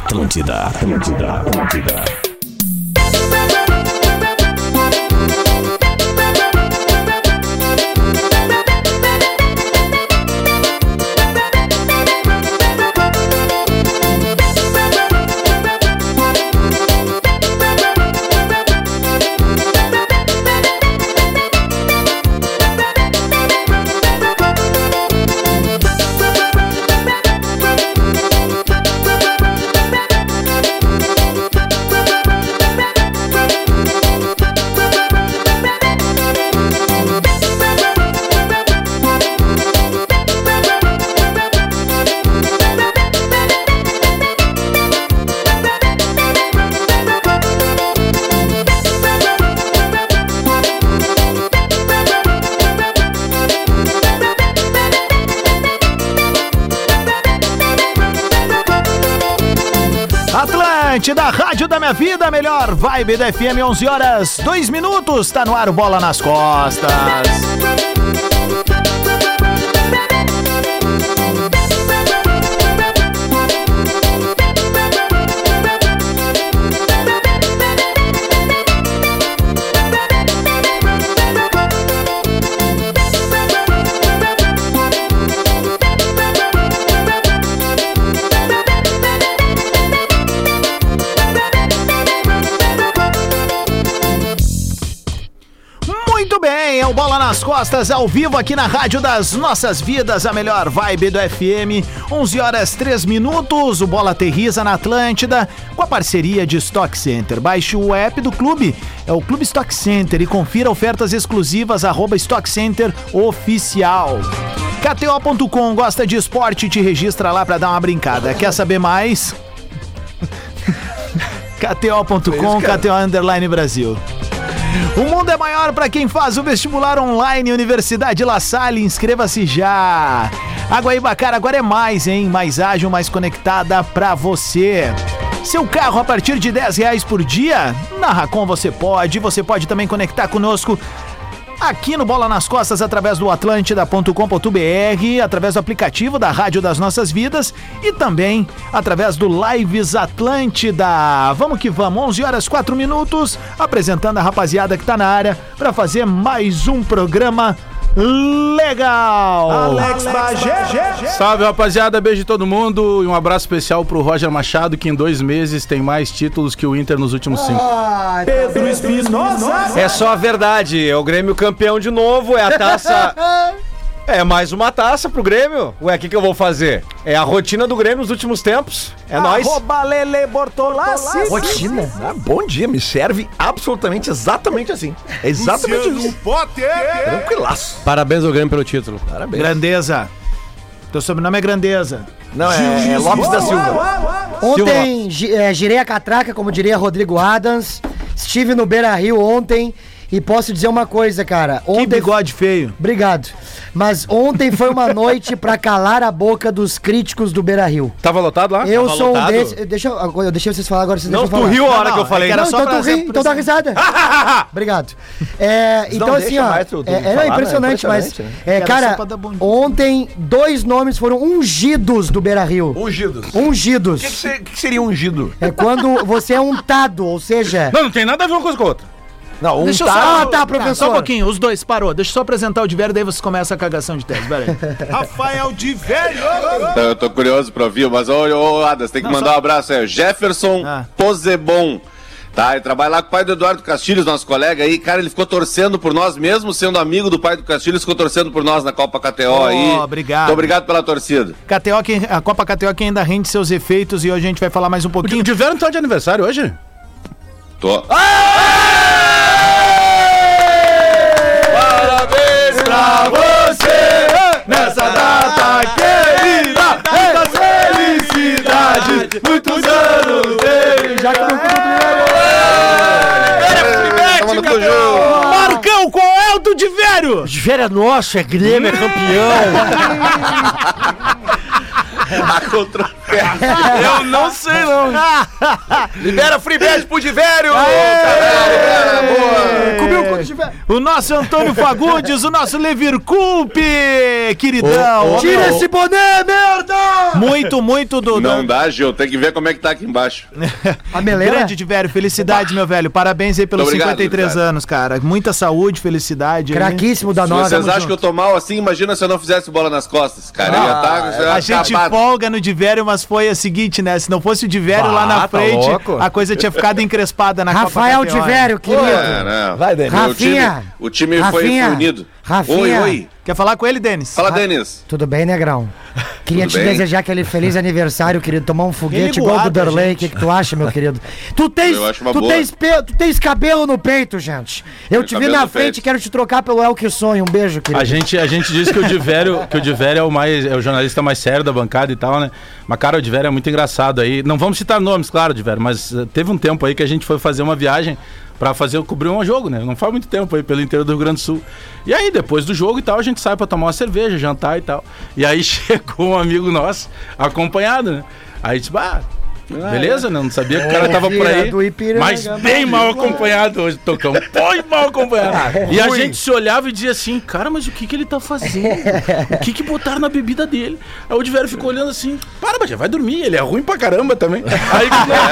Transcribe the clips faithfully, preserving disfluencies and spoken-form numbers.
Atlântida, Atlântida, Atlântida. Da Rádio da Minha Vida, melhor vibe da F M, onze horas, dois minutos, tá no ar o Bola nas Costas. É o Bola nas Costas, ao vivo aqui na Rádio das Nossas Vidas, a melhor vibe do F M, onze horas, três minutos, o Bola aterriza na Atlântida, com a parceria de Stock Center. Baixe o app do clube, é o Clube Stock Center, e confira ofertas exclusivas, arroba Stock Center Oficial. K T O ponto com, gosta de esporte, te registra lá pra dar uma brincada. Quer saber mais? K T O ponto com, K T O Underline Brasil. O mundo é maior para quem faz o vestibular online. Universidade La Salle, inscreva-se já. Água Ibacara agora é mais, hein? Mais ágil, mais conectada para você. Seu carro a partir de dez reais por dia? Na Racon você pode. Você pode também conectar conosco aqui no Bola nas Costas através do atlântida ponto com ponto b r, através do aplicativo da Rádio das Nossas Vidas e também através do Lives Atlântida. Vamos que vamos, onze horas, quatro minutos, apresentando a rapaziada que tá na área para fazer mais um programa legal. Alex Bagé. Salve, rapaziada, beijo de todo mundo e um abraço especial pro Roger Machado, que em dois meses tem mais títulos que o Inter nos últimos cinco. Ah, Pedro Espinosa. É só a verdade, é o Grêmio campeão de novo, é a taça... É mais uma taça pro Grêmio. Ué, o que que eu vou fazer? É a rotina do Grêmio nos últimos tempos. É nóis. Arroba Lele Bortolassi. Rotina? Ah, bom dia, me serve absolutamente exatamente assim. É exatamente isso. Tranquilaço. Parabéns ao Grêmio pelo título. Parabéns. Grandeza. Teu sobrenome é Grandeza. Não, é, é Lopes da Silva. Ontem gi- é, girei a catraca, como diria Rodrigo Adams. Estive no Beira-Rio ontem. E posso dizer uma coisa, cara. Ontem... Que bigode feio. Obrigado. Mas ontem foi uma noite pra calar a boca dos críticos do Beira-Rio. Tava lotado lá? Eu Tava sou lotado? um desses... Deixa eu, eu deixei vocês falar agora, vocês não, deixam eu tu falar. riu a hora não, que eu falei. É não, então tu ri, então dá risada. Obrigado. É, então não assim, ó, mais tu, tu é, falar, é impressionante, né? mas... Impressionante, É, cara, ontem dois nomes foram ungidos do Beira-Rio. Ungidos. Ungidos. O que, que, ser, que seria ungido? É quando você é untado, ou seja... Não, não tem nada a ver uma coisa com a outra. Não, um Deixa eu tá... só... Ah, tá, professor. Só um pouquinho, os dois, parou. Deixa eu só apresentar o Divério, daí você começa a cagação de tese. Pera aí. Rafael Divério. Eu tô curioso pra ouvir, mas ô, ô Adas, tem que Não, mandar só... um abraço aí. Jefferson ah. Posebon. Tá, ele trabalha lá com o pai do Eduardo Castilhos, nosso colega aí. Cara, ele ficou torcendo por nós, mesmo sendo amigo do pai do Castilhos, ficou torcendo por nós na Copa K T O oh, aí. Obrigado. Muito obrigado pela torcida. K T O, que, a Copa K T O que ainda rende seus efeitos e hoje a gente vai falar mais um pouquinho. O Divério tá de aniversário hoje? Tô. Parabéns pra você nessa data querida, muitas felicidades, muitos anos dele. Já que não pude Marcão, qual é o do Divério? O Divério é nosso, é Grêmio, é campeão. A contra... Eu não sei, não. Libera free bet pro Divério! Comiu quando tiver. O nosso Antônio Fagundes, o nosso Levir Culpe, queridão. Tira esse boné, merda! Muito, muito do... Não do... dá, Gil, tem que ver como é que tá aqui embaixo. A meleira? Grande, Divério, felicidade, meu velho. Parabéns aí pelos Obrigado, cinquenta e três obrigado. anos, cara. Muita saúde, felicidade. aí. Craquíssimo da Se nova. vocês acham que eu tô mal assim, imagina se eu não fizesse bola nas costas. Cara, Ah, ia tá, já A gente acabado. folga no Divério, mas foi a seguinte, né? Se não fosse o Divério lá na Ah, tá frente, louco. a coisa tinha ficado encrespada na Rafael Copa K T O, né? Tivério, querido. É, não. Vai, Denis. O time, Rafinha. o time foi, foi Rafinha. unido. Rafinha. Oi, oi. Quer falar com ele, Denis? Fala, Denis. Tudo bem, Negrão? Queria Tudo te bem? desejar aquele feliz aniversário, querido. Tomar um foguete igual do Ele Derlei. O gente. que, que tu acha, meu querido? Tu tens, Eu acho uma tu, boa. tens pe- tu tens cabelo no peito, gente. Eu Tenho te vi cabelo na no frente peito. e quero te trocar pelo El que Sonho. Um beijo, querido. A gente, a gente diz que o Divério, que o Divério é o mais, é o jornalista mais sério da bancada e tal, né? Mas, cara, o Divério é muito engraçado aí. Não vamos citar nomes, claro, Divério, mas uh, teve um tempo aí que a gente foi fazer uma viagem pra fazer, cobrir um jogo, né? Não faz muito tempo aí, pelo interior do Rio Grande do Sul. E aí, depois do jogo e tal, a gente sai pra tomar uma cerveja, jantar e tal. E aí chegou um amigo nosso, acompanhado, né? Aí, tipo, ah... Beleza, né? Não sabia que o cara tava por aí, do Ipiranga, mas bem mal acompanhado hoje, Tocão. Foi mal acompanhado. E a gente se olhava e dizia assim, cara, mas o que que ele tá fazendo? O que que botaram na bebida dele? Aí o Divério ficou olhando assim, para, mas já vai dormir, ele é ruim pra caramba também. Aí,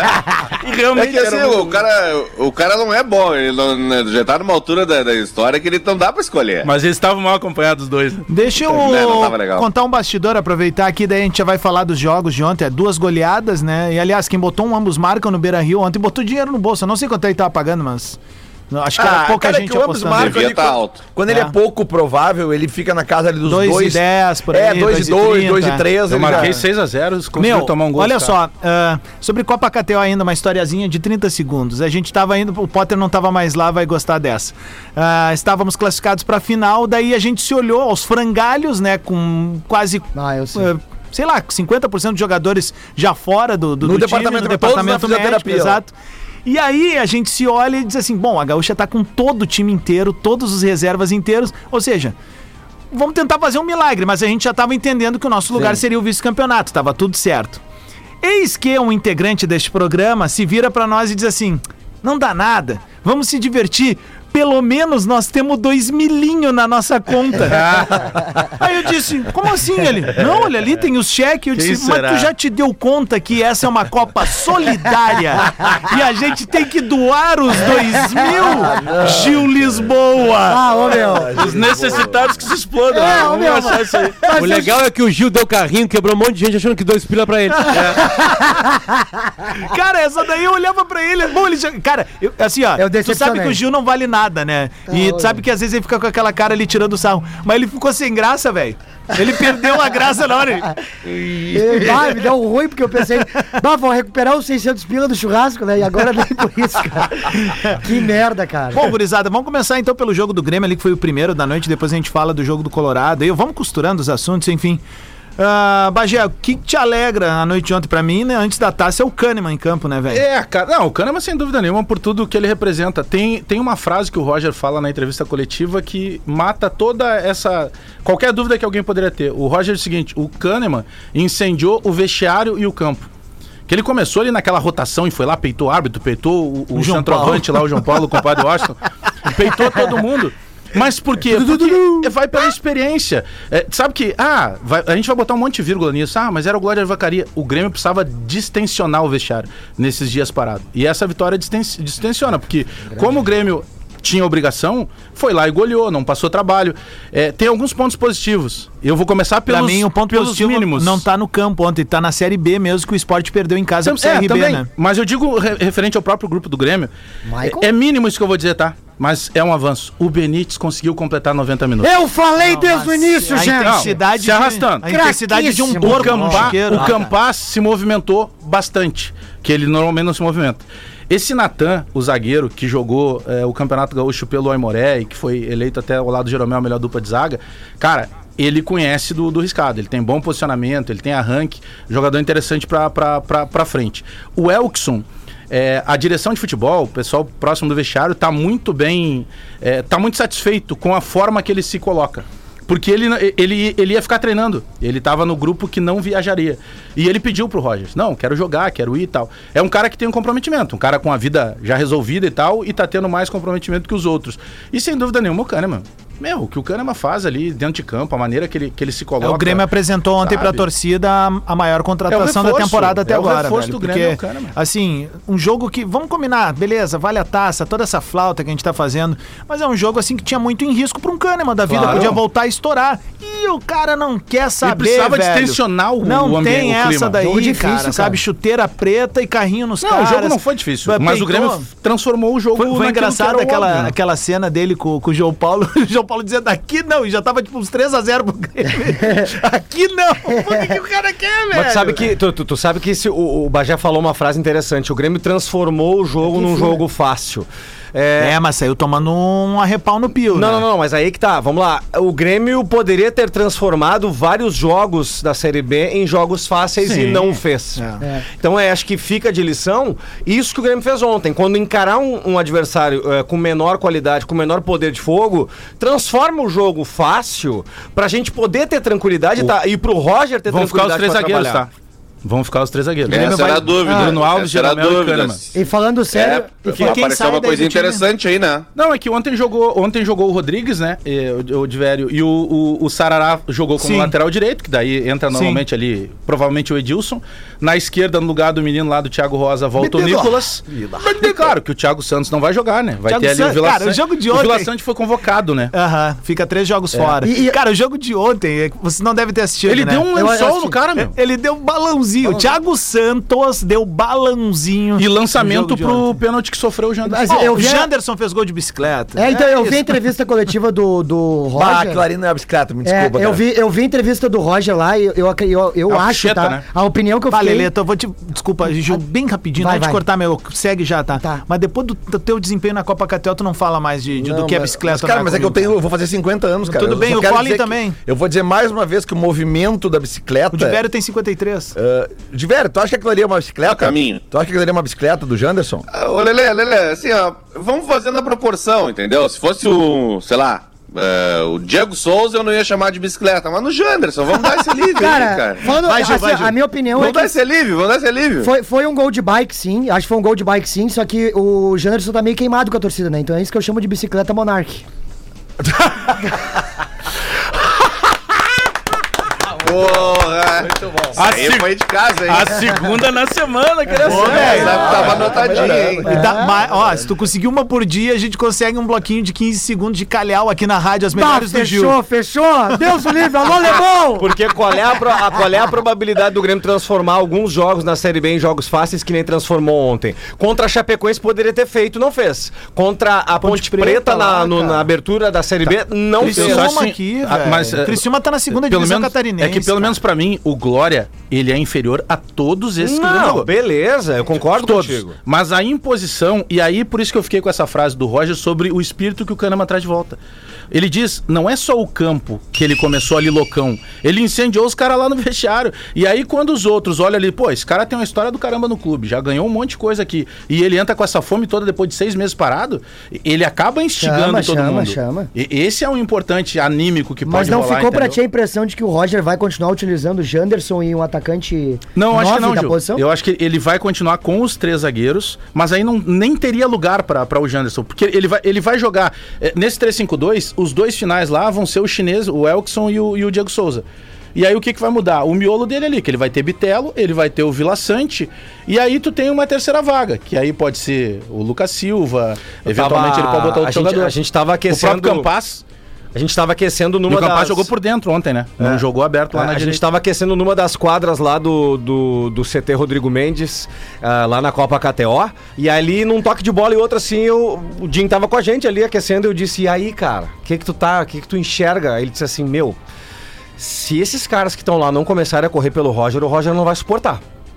e É realmente que assim, era muito o cara, o cara não é bom, ele não, né, já tá numa altura da, da história que ele não dá pra escolher. Mas eles estavam mal acompanhados os dois. Deixa eu É, não tava legal. contar um bastidor, aproveitar aqui, daí a gente já vai falar dos jogos de ontem. É duas goleadas, né? E aliás, quem botou um ambos marcam no Beira Rio ontem botou dinheiro no bolso. Eu não sei quanto ele tava pagando, mas. Acho que era Ah, pouca cara, gente que o ambos apostando. marcam Devia ali, tá quando- alto. Quando ele É. é pouco provável, ele fica na casa ali dos dois dois. e dez por aí. É, dois e dois, dois e três. Eu ele marquei já- seis a zero, conseguiu Meu, tomar um gol. olha dos caras. só, ah, sobre Copa K T O ainda, uma historiazinha de trinta segundos. A gente tava indo, o Potter não tava mais lá, vai gostar dessa. Ah, estávamos classificados pra final, daí a gente se olhou aos frangalhos, né, com quase... Ah, eu sei. ah, sei lá, cinquenta por cento de jogadores já fora do, do, No do departamento- time, no todos na departamento médico, fisioterapia, exato. E aí a gente se olha e diz assim, bom, a Gaúcha tá com todo o time inteiro, todos os reservas inteiros, ou seja... Vamos tentar fazer um milagre, mas a gente já estava entendendo que o nosso lugar seria o vice-campeonato, estava tudo certo. Eis que um integrante deste programa se vira para nós e diz assim, não dá nada, vamos se divertir, pelo menos nós temos dois milinho na nossa conta. Aí eu disse, como assim ele? Não, olha ali, tem os cheques. Eu Quem disse, mas será? tu já te deu conta que essa é uma Copa solidária e a gente tem que doar os dois mil? Gil Lisboa. Ah, ô meu. Os necessitados que se explodam. É, né? ô, Vamos meu, achar isso aí. O legal é que o Gil deu carrinho, quebrou um monte de gente achando que dois pila pra ele. Cara, essa daí eu olhava pra ele. Bom, ele já, cara, eu- assim, ó, Eu tu sabe decepcionei. que o Gil não vale nada, né? E tu sabe que às vezes ele fica com aquela cara ali tirando o sarro. Mas ele ficou sem graça, velho. Ele perdeu a graça na hora. E, vai, me deu ruim, porque eu pensei, bah, vou recuperar os seiscentos pila do churrasco, né? E agora nem por isso, cara. Que merda, cara. Bom, gurizada, vamos começar então pelo jogo do Grêmio ali, que foi o primeiro da noite. Depois a gente fala do jogo do Colorado. E vamos costurando os assuntos, enfim. Ah, Bagé, o que te alegra a noite de ontem pra mim, né? Antes da taça é o Kahneman em campo, né, velho? É, cara, não, o Kahneman sem dúvida nenhuma por tudo que ele representa. Tem, tem uma frase que o Roger fala na entrevista coletiva que mata toda essa... qualquer dúvida que alguém poderia ter. O Roger é o seguinte, o Kahneman incendiou o vestiário e o campo. Que ele começou ali naquela rotação e foi lá, peitou o árbitro, peitou o, o, O João centroavante lá, o João Paulo, o compadre Washington, peitou todo mundo. Mas por quê? Porque vai pela experiência. É, sabe que, ah, vai- a gente vai botar um monte de vírgula nisso. Ah, mas era o Glória de Vacaria. O Grêmio precisava distensionar o vestiário nesses dias parados. E essa vitória disten- distensiona, porque como o Grêmio tinha obrigação, foi lá e goleou, não passou trabalho. É, tem alguns pontos positivos. Eu vou começar pelos, Pra mim, o ponto pelos positivo mínimos. não tá no campo ontem, tá na Série B mesmo, que o Sport perdeu em casa Tam- pro C R B, é, também. né? Mas eu digo re- referente ao próprio grupo do Grêmio. Michael? É, é mínimo isso que eu vou dizer, tá? Mas é um avanço. O Benítez conseguiu completar noventa minutos. Eu falei desde o início, a gente. intensidade se arrastando. De, a intensidade de um Craquíssimo. porco O no Campas, chiqueiro. o Campas se movimentou bastante, que ele normalmente não se movimenta. Esse Natan, o zagueiro, que jogou é, o Campeonato Gaúcho pelo Aimoré e que foi eleito até ao lado do Jeromel a melhor dupla de zaga, cara, ele conhece do, do riscado, ele tem bom posicionamento, ele tem arranque, jogador interessante pra, pra, pra, pra frente. O Elkson, é, a direção de futebol, o pessoal próximo do vestiário, tá muito bem, é, tá muito satisfeito com a forma que ele se coloca. Porque ele, ele, ele ia ficar treinando. Ele tava no grupo que não viajaria. E ele pediu pro Roger, não, quero jogar, quero ir e tal. É um cara que tem um comprometimento, um cara com a vida já resolvida e tal, e tá tendo mais comprometimento que os outros. E sem dúvida nenhuma o Kahneman. Meu, o que o Kahneman faz ali dentro de campo, a maneira que ele, que ele se coloca... É, o Grêmio apresentou ontem sabe? pra torcida a, a maior contratação é reforço, da temporada até é agora, o reforço velho, do porque, Grêmio, é o Kahneman. assim, um jogo que, vamos combinar, beleza, vale a taça, toda essa flauta que a gente tá fazendo, mas é um jogo, assim, que tinha muito em risco pra um Kahneman da vida, Claro. podia voltar a estourar, e o cara não quer saber, Ele precisava velho. distensionar o, não o ambiente, tem o essa clima. daí, Jogo difícil, cara, cara. sabe, chuteira preta e carrinho nos Não, caras. o jogo não foi difícil, Mas mas o peitou. Grêmio transformou o jogo Foi, foi naquilo engraçado que era o aquela, óbvio, né? aquela cena dele com, com o João Paulo. O João Paulo dizendo aqui não, e já tava tipo uns três a zero pro Grêmio. Aqui não. Pô, o que, que o cara quer, velho? Mas tu sabe que, tu, tu, tu sabe que esse, o, o Bagé falou uma frase interessante. O Grêmio transformou o jogo num jogo fácil. É, É, mas saiu tomando um arrepau no pio, Não, né? não, não, mas aí que tá, vamos lá. O Grêmio poderia ter transformado vários jogos da Série B em jogos fáceis Sim. e não fez. É. Então é, acho que fica de lição isso que o Grêmio fez ontem. Quando encarar um, um adversário é, com menor qualidade, com menor poder de fogo, transforma o jogo fácil pra gente poder ter tranquilidade tá, e pro Roger ter Vão ficar os tranquilidade três pra zagueiros, trabalhar. tá? Vão ficar os três zagueiros. Essa era a dúvida. Bruno Alves, Essa era a Jeromel e dúvida. Kahneman. E falando sério, É, e porque fa- quem apareceu sai uma daí coisa do time? interessante aí, né? Não, é que ontem jogou, ontem jogou o Rodrigues, né? E, o, o Divério, e o, o, o Sarará jogou como Sim. lateral direito, que daí entra normalmente ali, provavelmente o Edilson. Na esquerda, no lugar do menino lá do Thiago Rosa, volta Menino. o Nicolas. E claro que o Thiago Santos não vai jogar, né? Vai Thiago ter ali Santos- o Vila cara, o Sante. jogo de O Vila ontem- Sante foi convocado, né? Aham, fica três jogos fora. E- e- Cara, o jogo de ontem, é que você não deve ter assistido, Ele né? deu um Eu lençol assisti. no cara, meu. Ele deu um balãozinho. O Thiago Santos deu balãozinho. E no lançamento jogo de pro ontem. pênalti que sofreu o Janderson. Mas Ó, eu o vi a- Janderson fez gol de bicicleta. É, então eu vi a isso. entrevista coletiva do, do Bah, Roger. aquilo ali não é bicicleta, me É, desculpa, eu cara. vi, eu vi a entrevista do Roger lá e eu, eu, eu, eu É uma acho, puxeta, tá? né? A opinião que eu Vale, fiquei... Leto, eu vou te. Desculpa, Ju, bem rapidinho, Vai, não vou te vai. cortar, meu. Segue já, tá? Tá. Mas depois do, do teu desempenho na Copa Catel, tu não fala mais de, de- do Não, que é mas- bicicleta. Mas, cara, né, mas é que eu comigo. tenho, eu vou fazer cinquenta anos, cara. Tudo Eu bem, só o quero Colin dizer que- também. Eu vou dizer mais uma vez que o movimento da bicicleta. O Diverio tem cinquenta e três. Uh, Diverio, tu acha que aquilo ali é uma bicicleta? A caminho. Tu acha que aquilo ali é uma bicicleta do Janderson? Ah, Ô, Lelê, Lelê, assim, ó, vamos fazendo a proporção, entendeu? Se fosse o, sei lá, é, o Diego Souza, eu não ia chamar de bicicleta, mas no Janderson, vamos dar esse alívio Cara, aí, cara. falando, Vai, Ju, assim, vai, Ju. a minha opinião Vamos é dar que esse alívio, vamos dar esse alívio. foi, foi um gol de bike, sim. Acho que foi um gol de bike, sim. Só que o Janderson tá meio queimado com a torcida, né? Então é isso que eu chamo de bicicleta Monarch. Porra! Muito bom. Aí seg- foi de casa, hein? A segunda na semana, queria Ô, ser. velho. Essa tava anotadinha, hein? E dá- mas, ó, se tu conseguir uma por dia, a gente consegue um bloquinho de quinze segundos de calhau aqui na rádio, as Tá, melhores do Gil. fechou, fechou. Deus o livre, alô, Lebon! Porque qual é, a, pro- a- qual é a probabilidade do Grêmio transformar alguns jogos na Série B em jogos fáceis que nem transformou ontem? Contra a Chapecoense poderia ter feito, não fez. Contra a Ponte, Preta, Preta na, lá, no- cara. na abertura da Série B, não fez. Eu Criciúma acho assim, aqui, ah, velho. mas, eh, Criciúma tá na segunda Pelo divisão menos, catarinense. é que pelo cara. menos pra mim, o Glória, ele é inferior a todos esses que o Grêmio Não, jogou. beleza, eu concordo Todos. contigo. Mas a imposição, e aí por isso que eu fiquei com essa frase do Roger sobre o espírito que o Kahneman traz de volta. Ele diz, não é só o campo que ele começou ali loucão, ele incendiou os caras lá no vestiário. E aí quando os outros olham ali, pô, esse cara tem uma história do caramba no clube, já ganhou um monte de coisa aqui, e ele entra com essa fome toda depois de seis meses parado, ele acaba instigando Chama, todo chama, mundo. chama. E esse é um importante anímico que Mas pode não rolar, ficou pra entendeu? ti a impressão de que o Roger vai continuar utilizando o Janderson e um atacante Não, acho que nove não, da Gil. posição? Eu acho que ele vai continuar com os três zagueiros, mas aí não, nem teria lugar para o Janderson, porque ele vai, ele vai jogar eh, nesse três cinco dois, os dois finais lá vão ser o chinês, o Elkson e o, e o Diego Souza. E aí o que, que vai mudar? O miolo dele ali, que ele vai ter Bitelo, ele vai ter o Vila Sante, e aí tu tem uma terceira vaga, que aí pode ser o Lucas Silva, eventualmente ele pode botar outro a gente, jogador. a gente tava O aquecendo... próprio Campas, A gente tava aquecendo e numa o Campas das... jogou por dentro ontem, né? Não É. jogou aberto lá É, na a gente direita. estava aquecendo numa das quadras lá do, do, do C T Rodrigo Mendes, ah, lá na Copa K T O, e ali num toque de bola e outro assim, eu, o Jim tava com a gente ali aquecendo, eu disse, e aí, cara, o que que tu tá, o que que tu enxerga? Ele disse assim, meu, se esses caras que estão lá não começarem a correr pelo Roger, o Roger não vai suportar.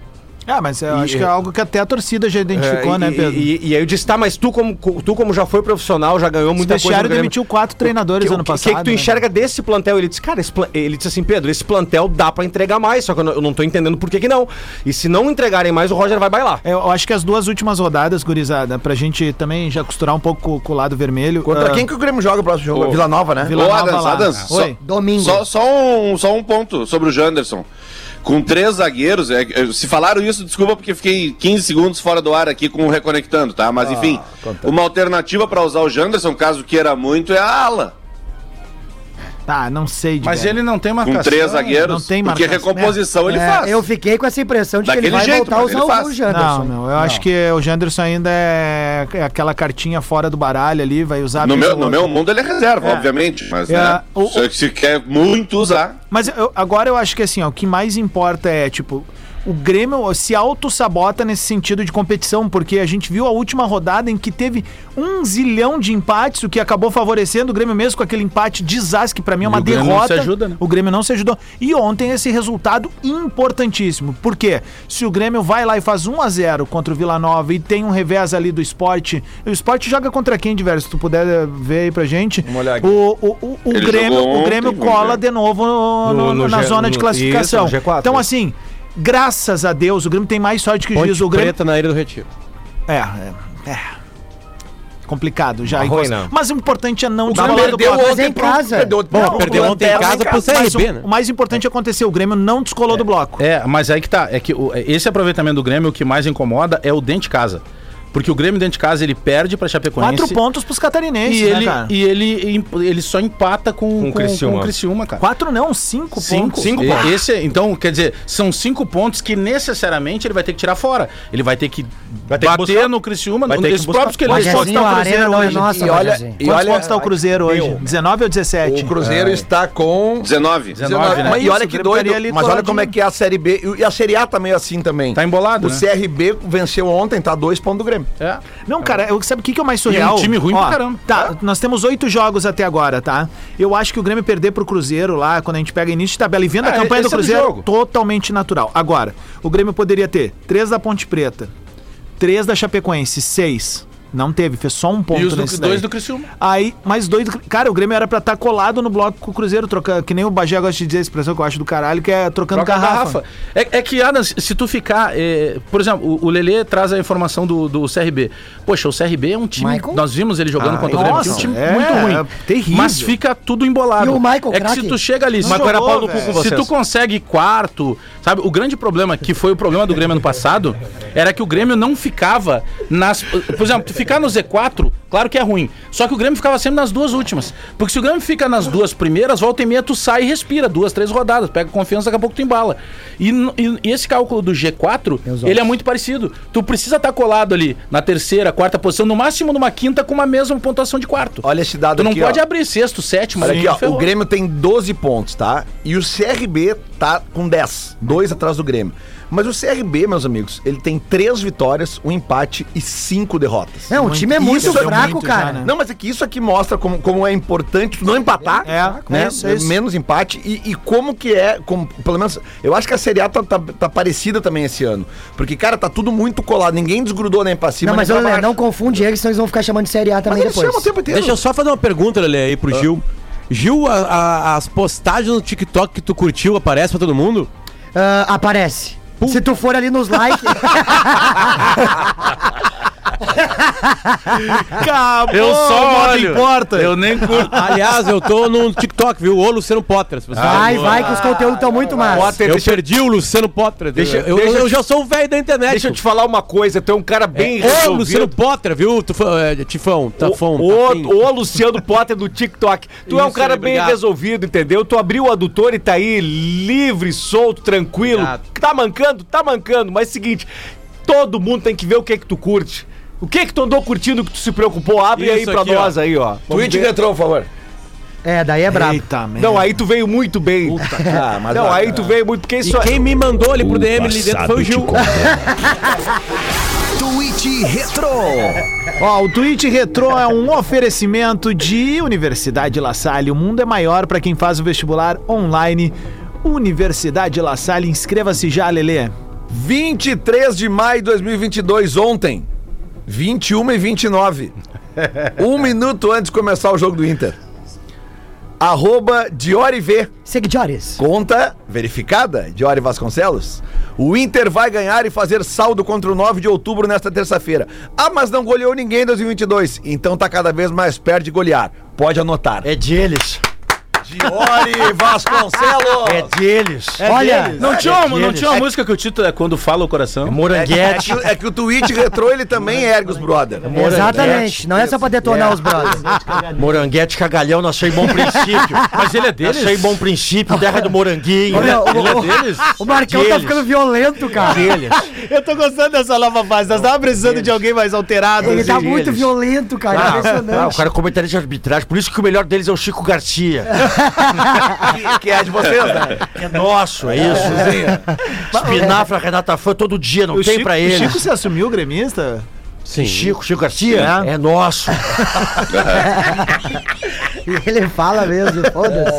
Ah, mas eu E- acho que é algo que até a torcida já identificou, É, né, e, Pedro? E, e, e aí eu disse, tá, mas tu como, tu como já foi profissional, já ganhou O muita coisa no vestiário Grêmio. demitiu quatro treinadores que, ano que, passado. que, que tu né? enxerga desse plantel? Ele disse, cara, esse pla- ele disse assim, Pedro, esse plantel dá pra entregar mais, só que eu não, eu não tô entendendo por que que não. E se não entregarem mais, o Roger vai bailar. Eu acho que as duas últimas rodadas, gurizada, pra gente também já costurar um pouco com, com o lado vermelho. Contra ah, quem que o Grêmio joga o próximo jogo? Ô. Vila Nova, né? Vila Ô, Nova Adams, lá. Adams, só- Oi. Domingo. Só, só, um, só um ponto sobre o Janderson. Com três zagueiros, é, é, se falaram isso, desculpa porque fiquei quinze segundos fora do ar aqui com o Reconectando, tá? Mas enfim, uma alternativa pra usar o Janderson, caso queira muito, é a ala. Tá, não sei de Mas velho. ele não tem Com marcação. três zagueiros, não tem porque marcação. recomposição ele É, faz. eu fiquei com essa impressão de que ele Daquele vai jeito, voltar a mas usar ele o, faz. o Janderson. Não, não, eu acho que o Janderson ainda é é aquela cartinha fora do baralho ali, vai usar... No vez meu, ou no outra. meu mundo ele é reserva, É. obviamente, mas É, né, o- se, se quer muito usar... Mas eu- agora eu acho que assim, ó, o que mais importa é, tipo, o Grêmio se auto-sabota nesse sentido de competição, porque a gente viu a última rodada em que teve um zilhão de empates, o que acabou favorecendo o Grêmio mesmo com aquele empate desastre, que pra mim é E uma o Grêmio não derrota. se ajuda, né? O Grêmio não se ajudou. E ontem esse resultado importantíssimo. Por quê? Se o Grêmio vai lá e faz um a zero contra o Vila Nova e tem um revés ali do Sport, o Sport joga contra quem, Diverso? Se tu puder ver aí pra gente. Vamos olhar aqui. O, o, o, o Ele Grêmio, jogou o Grêmio ontem, vamos cola ver. de novo no- no- No- no na G- zona de no- classificação. isso, no G quatro. Então, assim, graças a Deus, o Grêmio tem mais sorte que o Ponte juiz. O Grêmio. Preta na Ilha do Retiro. É, é, é. Complicado já. Arroi, encosta- não. Mas o importante é não O Grêmio descolar do perdeu bloco. Mas é em ontem pro- casa. Perdeu, Bom, não, perdeu pro ontem em Lanterna casa pro C R Mas B, o, né? o mais importante aconteceu, o Grêmio não descolou do bloco. É, mas aí que tá. É que o- esse aproveitamento do Grêmio, o que mais incomoda é o dentro de casa. Porque o Grêmio dentro de casa, ele perde pra Chapecoense. Quatro pontos pros catarinenses, E né, ele, cara? e ele, ele só empata com, Com com, o Criciúma. com o Criciúma, cara. Quatro não, cinco, Cinco, pontos. cinco E- pontos. Esse, então, quer dizer, são cinco pontos que necessariamente ele vai ter que tirar fora. Ele vai ter que Vai ter que bater buscar. no Criciúma, Vai ter que esses buscar. próprios que ele Quantos pontos Bajazinho, tá o a arena Cruzeiro não é hoje? nossa, E olha, Bajazinho. e Quantos olha, pontos tá o Cruzeiro hoje? dezenove ou dezessete? o Cruzeiro está com dezenove. dezenove, né? Mas e olha Isso, que o Grêmio doido, estaria ali mas olha coladinho. como é que é a Série B e a Série A tá meio assim também. Tá embolado, O né? C R B venceu ontem, tá dois pontos do Grêmio. É. Não, cara, eu, sabe o que, que é o mais E é um surreal? time ruim pra caramba. Tá, nós temos oito jogos até agora, tá? Eu acho que o Grêmio perder pro Cruzeiro lá, quando a gente pega início de tabela e vendo a Ah, campanha do esse é do Cruzeiro, jogo. totalmente natural. Agora, o Grêmio poderia ter três da Ponte Preta, três da Chapecoense, seis. Não teve, fez só um ponto E os do- nesse daí. dois do Criciúma. Aí, mais dois do... Cara, o Grêmio era pra estar colado no bloco com o Cruzeiro, trocando, que nem o Bagé gosta de dizer a expressão que eu acho do caralho, que é trocando Troca a garrafa. É, é que, Adams, se tu ficar. é, por exemplo, o, o Lelê traz a informação do, do C R B. Poxa, o C R B é um time. Michael? Nós vimos ele jogando Ah, contra o Grêmio. nossa, É um time é, muito ruim. é terrível. Mas fica tudo embolado. E o Michael, é que craque? se tu chega ali. Não se, jogou, era pau no cu velho. com vocês. se tu consegue quarto. Sabe, o grande problema, que foi o problema do Grêmio ano passado, era que o Grêmio não ficava nas. Por exemplo, tu ficar no Z quatro, claro que é ruim. Só que o Grêmio ficava sempre nas duas últimas. Porque se o Grêmio fica nas duas primeiras, volta e meia, tu sai e respira. Duas, três rodadas. Pega confiança, daqui a pouco tu embala. E, n- e- e esse cálculo do G quatro, ele é muito parecido. Tu precisa estar colado ali na terceira, quarta posição, no máximo numa quinta, com uma mesma pontuação de quarto. Olha esse dado Tu não aqui, pode ó. abrir sexto, sétimo. Olha aí aqui, ó, ferrou. o Grêmio tem doze pontos, tá? E o C R B tá com dez, dois atrás do Grêmio. Mas o C R B, meus amigos, ele tem três vitórias, um empate e cinco derrotas. Não, o time é muito Isso é fraco, muito cara. já, né? Não, mas é que isso aqui mostra como, como é importante tu não empatar, É, né? é isso, é isso. Menos empate e, e como que é, como, pelo menos, eu acho que a Série A tá, tá, tá parecida também esse ano. Porque, cara, tá tudo muito colado, ninguém desgrudou nem pra cima Não, mas nem olha, pra Lelê, baixo. não confunde eles, senão eles vão ficar chamando de Série A Mas também eles depois. chamam o tempo inteiro. Deixa eu só fazer uma pergunta, Lelê, aí pro Gil. Gil, a- a- as postagens no TikTok que tu curtiu aparecem pra todo mundo? Ah, aparece. Se tu for ali nos likes. Acabou, Eu só modo olho. importa. Eu nem curto. Aliás, eu tô no TikTok, viu? Ô, Luciano Potter. se você- Vai, vai, que os conteúdos estão muito massa. Potter, Eu deixa, perdi o Luciano Potter. Deixa- eu, deixa eu, eu já sou o velho da internet. deixa eu te falar uma coisa, tu é um cara bem Ô, Luciano resolvido. Potter, viu? Tu, é, tifão, tafão, Ô, tafim. ô, Luciano Potter do TikTok. Tu é um Isso cara aí, bem obrigado. resolvido, entendeu? Tu abriu o adutor e tá aí livre, solto, tranquilo. Obrigado. Tá mancando? Tá mancando. Mas é o seguinte, todo mundo tem que ver o que é que tu curte. O que é que tu andou curtindo que tu se preocupou? Abre aí Isso pra aqui, nós ó. aí, ó. Vamos Tweet ver. retrô, por favor. É, daí é brabo. Eita, merda. Não, aí tu veio muito bem. Ah, mas Não, olha, aí tu veio muito, porque E isso quem me mandou ali pro O D M ali dentro foi o passado Gil. te condena. Tweet Retro. Ó, o Tweet Retro é um oferecimento de Universidade La Salle. O mundo é maior para quem faz o vestibular online. Universidade La Salle, inscreva-se já, Lelê. vinte e três de maio de dois mil e vinte e dois, ontem, vinte e uma e vinte e nove. Um minuto antes de começar o jogo do Inter. Arroba Diori V. Seguidores. Conta verificada, Diori Vasconcelos. O Inter vai ganhar e fazer saldo contra o nove de outubro nesta terça-feira. Ah, mas não goleou ninguém em dois mil e vinte e dois. Então tá cada vez mais perto de golear. Pode anotar. É deles. Diori Vasconcelos. É deles. É Olha, deles. Não, é tinha uma, não deles. tinha uma música que o título é Quando Fala o Coração? É, é, Moranguete. que, é que o tweet retrô, ele também ergue os brother. Exatamente. Não é só pra detonar os brothers. Moranguete Cagalhão, nasceu em Bom Princípio. Mas ele é deles? Nasceu em Bom Princípio, terra do Moranguinho. Olha, o, Ele é o- deles? o Marcão tá Deles. ficando violento, cara. Deles. Eu tô gostando dessa nova fase. Nós tava precisando de alguém mais alterado. Ele tá assim. muito Eles. violento, cara. Ah, Impressionante. o cara é comentarista de arbitragem, por isso que o melhor deles é o Chico Garcia. Que, que é de vocês, né? É nosso, é isso. Espinafra, Renata Fã, todo dia, não O tem Chico, pra o ele. Chico se assumiu gremista? Sim. Chico, Chico Garcia? É. É, nosso. E ele fala mesmo, foda-se.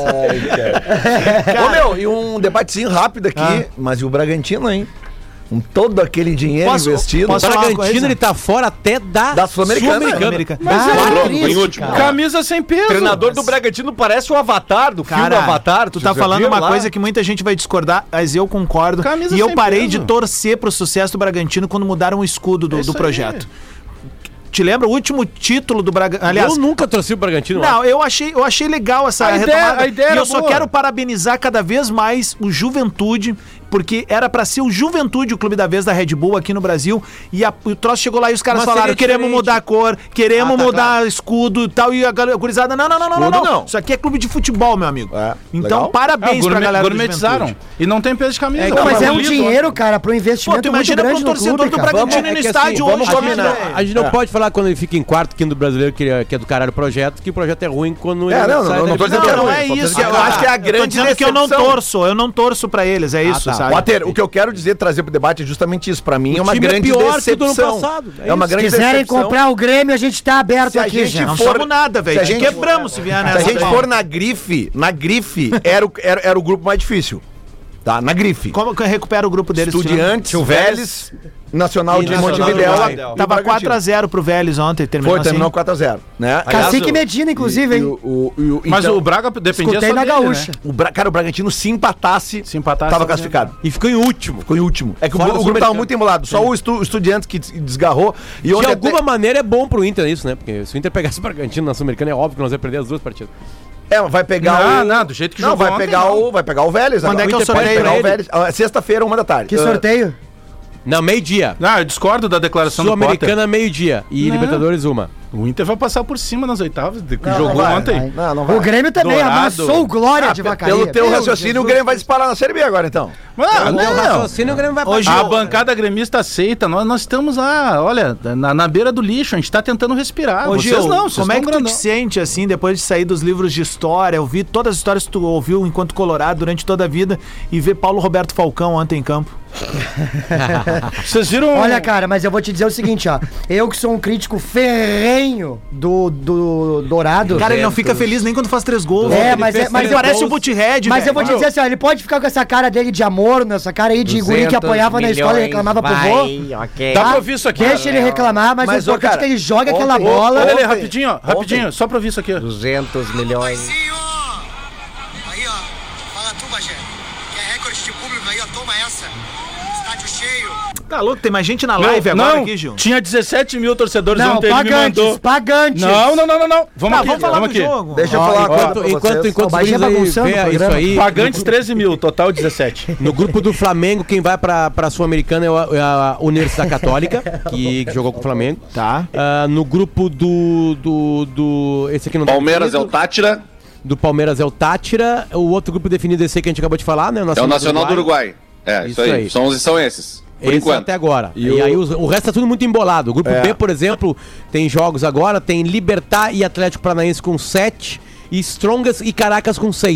Ô, meu, e um debatezinho rápido aqui, mas e o Bragantino, hein? Com todo aquele dinheiro Posso- investido. O posso- falar uma Bragantino, coisa? ele tá fora até da, Da Sul-Americana. Sul-Americana. Mas Mas é Louco, triste, em último. cara. Camisa sem peso. Treinador do Bragantino parece o Avatar, do filme Cara, Avatar. tu tá já falando viu uma lá? coisa que muita gente vai discordar, mas eu concordo. Camisa E eu sem parei peso. de torcer pro sucesso do Bragantino quando mudaram o escudo do, É isso do aí. projeto. Te lembra o último título do Bragantino? Aliás, Eu nunca torci o Bragantino. não, eu achei, eu achei legal essa A ideia- retomada. a ideia e era eu só boa. quero parabenizar cada vez mais o Juventude, porque era pra ser o Juventude o clube da vez da Red Bull aqui no Brasil. E a- o troço chegou lá e os caras Mas falaram: seria queremos diferente. mudar a cor, queremos Ah, tá, mudar claro. escudo e tal. E a gal- a gurizada: não, não, não, não, não, Escudo não. não. Isso aqui é clube de futebol, meu amigo. É, Então, legal. parabéns Ah, pra gourmet- galera do gourmetizaram. Juventude. E não tem peso de camisa. É, Não, mas é um Bonito, dinheiro, cara, pro Pô, investimento tu muito imagina pra grande um no torcedor clube, do cara. Bragantino Vamos- no é que estádio assim, hoje. vamos combinar. velho. A gente não pode falar quando ele fica em quarto, quinto do brasileiro, que é, que é do caralho projeto, que o projeto é ruim quando É, ele não, sai não, não da tô dizendo Não, que é não ruim, é só tô isso. dizendo que eu acho que é a Eu tô grande dizendo que eu não decepção. torço, eu não torço pra eles, é isso, tá. sabe? Potter, o que eu quero dizer, trazer pro debate é justamente isso. Pra mim é O uma time é grande pior que o do ano decepção. passado, é É uma isso. grande Se quiserem decepção. comprar o Grêmio, a gente tá aberto Se a aqui, gente já. Não for- somos nada, velho. se a gente- Quebramos se vier Se nessa. a gente daí. for na grife, na grife, era o, era, era o grupo mais difícil. Tá? Na grife. Como que recupera o grupo deles? Estudiantes, Tinha o Vélez, Nacional E de Nacional Montevidéu. do e Bragantino. Tava Bragantino. quatro a zero pro Vélez ontem, terminou Foi, terminou assim. quatro a zero, né? Cacique o- Medina, inclusive, E hein? o- o- e o- Mas então, o Braga dependia Escutei só na dele, Gaúcha. né? o Bra- cara, o Bragantino se empatasse, Se empatasse, tava tava classificado. E ficou em último. Ficou em último. É que o, Fora gru- do o grupo tava Sul-Americano. muito embolado. Só o, estu, o Estudiantes que des- desgarrou. E De ontem alguma até- maneira é bom pro Inter isso, né? Porque se o Inter pegasse o Bragantino na Sul-Americana, é óbvio que nós ia perder as duas partidas. É, vai pegar Não, o... não, do jeito que Não, jogou vai ontem, pegar não. o, vai pegar o Vélez. Quando agora. é que é o Inter pode sorteio pegar o dele? Vélez. Ah, sexta-feira, uma da tarde. Que Ah, sorteio? Não, meio-dia. Não, eu discordo da declaração do Potter. Sul-Americana, meio-dia. E Libertadores, uma. O Inter vai passar por cima nas oitavas, de- que Não, jogou não vai, ontem. vai. Não, não vai. O Grêmio também Dourado. amassou o Glória Ah, de Vacaria. pelo teu Meu raciocínio, Jesus. o Grêmio vai disparar na Série B agora, então. Ah, Não, não. raciocínio, o Grêmio vai Hoje A eu- bancada gremista aceita, nós, nós estamos lá, olha, na, na beira do lixo, a gente tá tentando respirar. Ô, vocês Gil, não, vocês como é que estão tu te grandão. sente, assim, depois de sair dos livros de história, ouvir todas as histórias que tu ouviu enquanto colorado durante toda a vida e ver Paulo Roberto Falcão ontem em campo? Vocês viram... Olha, cara, mas eu vou te dizer o seguinte, ó. Eu que sou um crítico ferrenho do, do Dourado. Cara, ele não fica feliz nem quando faz três gols. É, Ele mas fez é- mas três eu- parece o Butthead, Mas velho. eu vou te dizer assim, ó, ele pode ficar com essa cara dele de amor, essa cara aí de guri que apanhava na escola e reclamava pro vô. Dá pra ouvir isso aqui? Deixa ele reclamar, mas, Mas, o ô, importante é cara, que ele joga ontem- aquela bola. Olha ali, Ontem- rapidinho, ó, rapidinho, só pra ouvir isso aqui. ó. duzentos milhões. Aí, ó. Fala tu, Bagé. Que é recorde de público aí, ó. Toma essa. Estádio cheio. Tá louco? Tem mais gente na Meu, live agora não, aqui, Gil? tinha dezessete mil torcedores Não, ontem, ele me pagantes, mandou. pagantes. Não, não, não, não, não. Vamos Tá, aqui, vamos falar vamos do aqui. jogo. Deixa eu Ó, falar uma coisa Enquanto, pra enquanto, vocês. enquanto O Bagé os guris aí bagunçando vê o isso programa. aí, Pagantes treze mil, total dezessete. no grupo do Flamengo, quem vai pra, pra Sul-Americana é a, é a Universidade Católica, que, que jogou com o Flamengo. Tá. Ah, no grupo do, do, do... Esse aqui não tá Palmeiras é o definido. Tátira, Do Palmeiras é o Tátira. O outro grupo definido é esse aí que a gente acabou de falar, né? é o Nacional do Uruguai. É, isso, Isso aí. aí. São, são esses. Por Esse enquanto. até agora. E, o- aí os- o resto tá tudo muito embolado. O grupo É. B, por exemplo, tem jogos agora, tem Libertad e Atlético Paranaense com sete, e Strongas e Caracas com seis.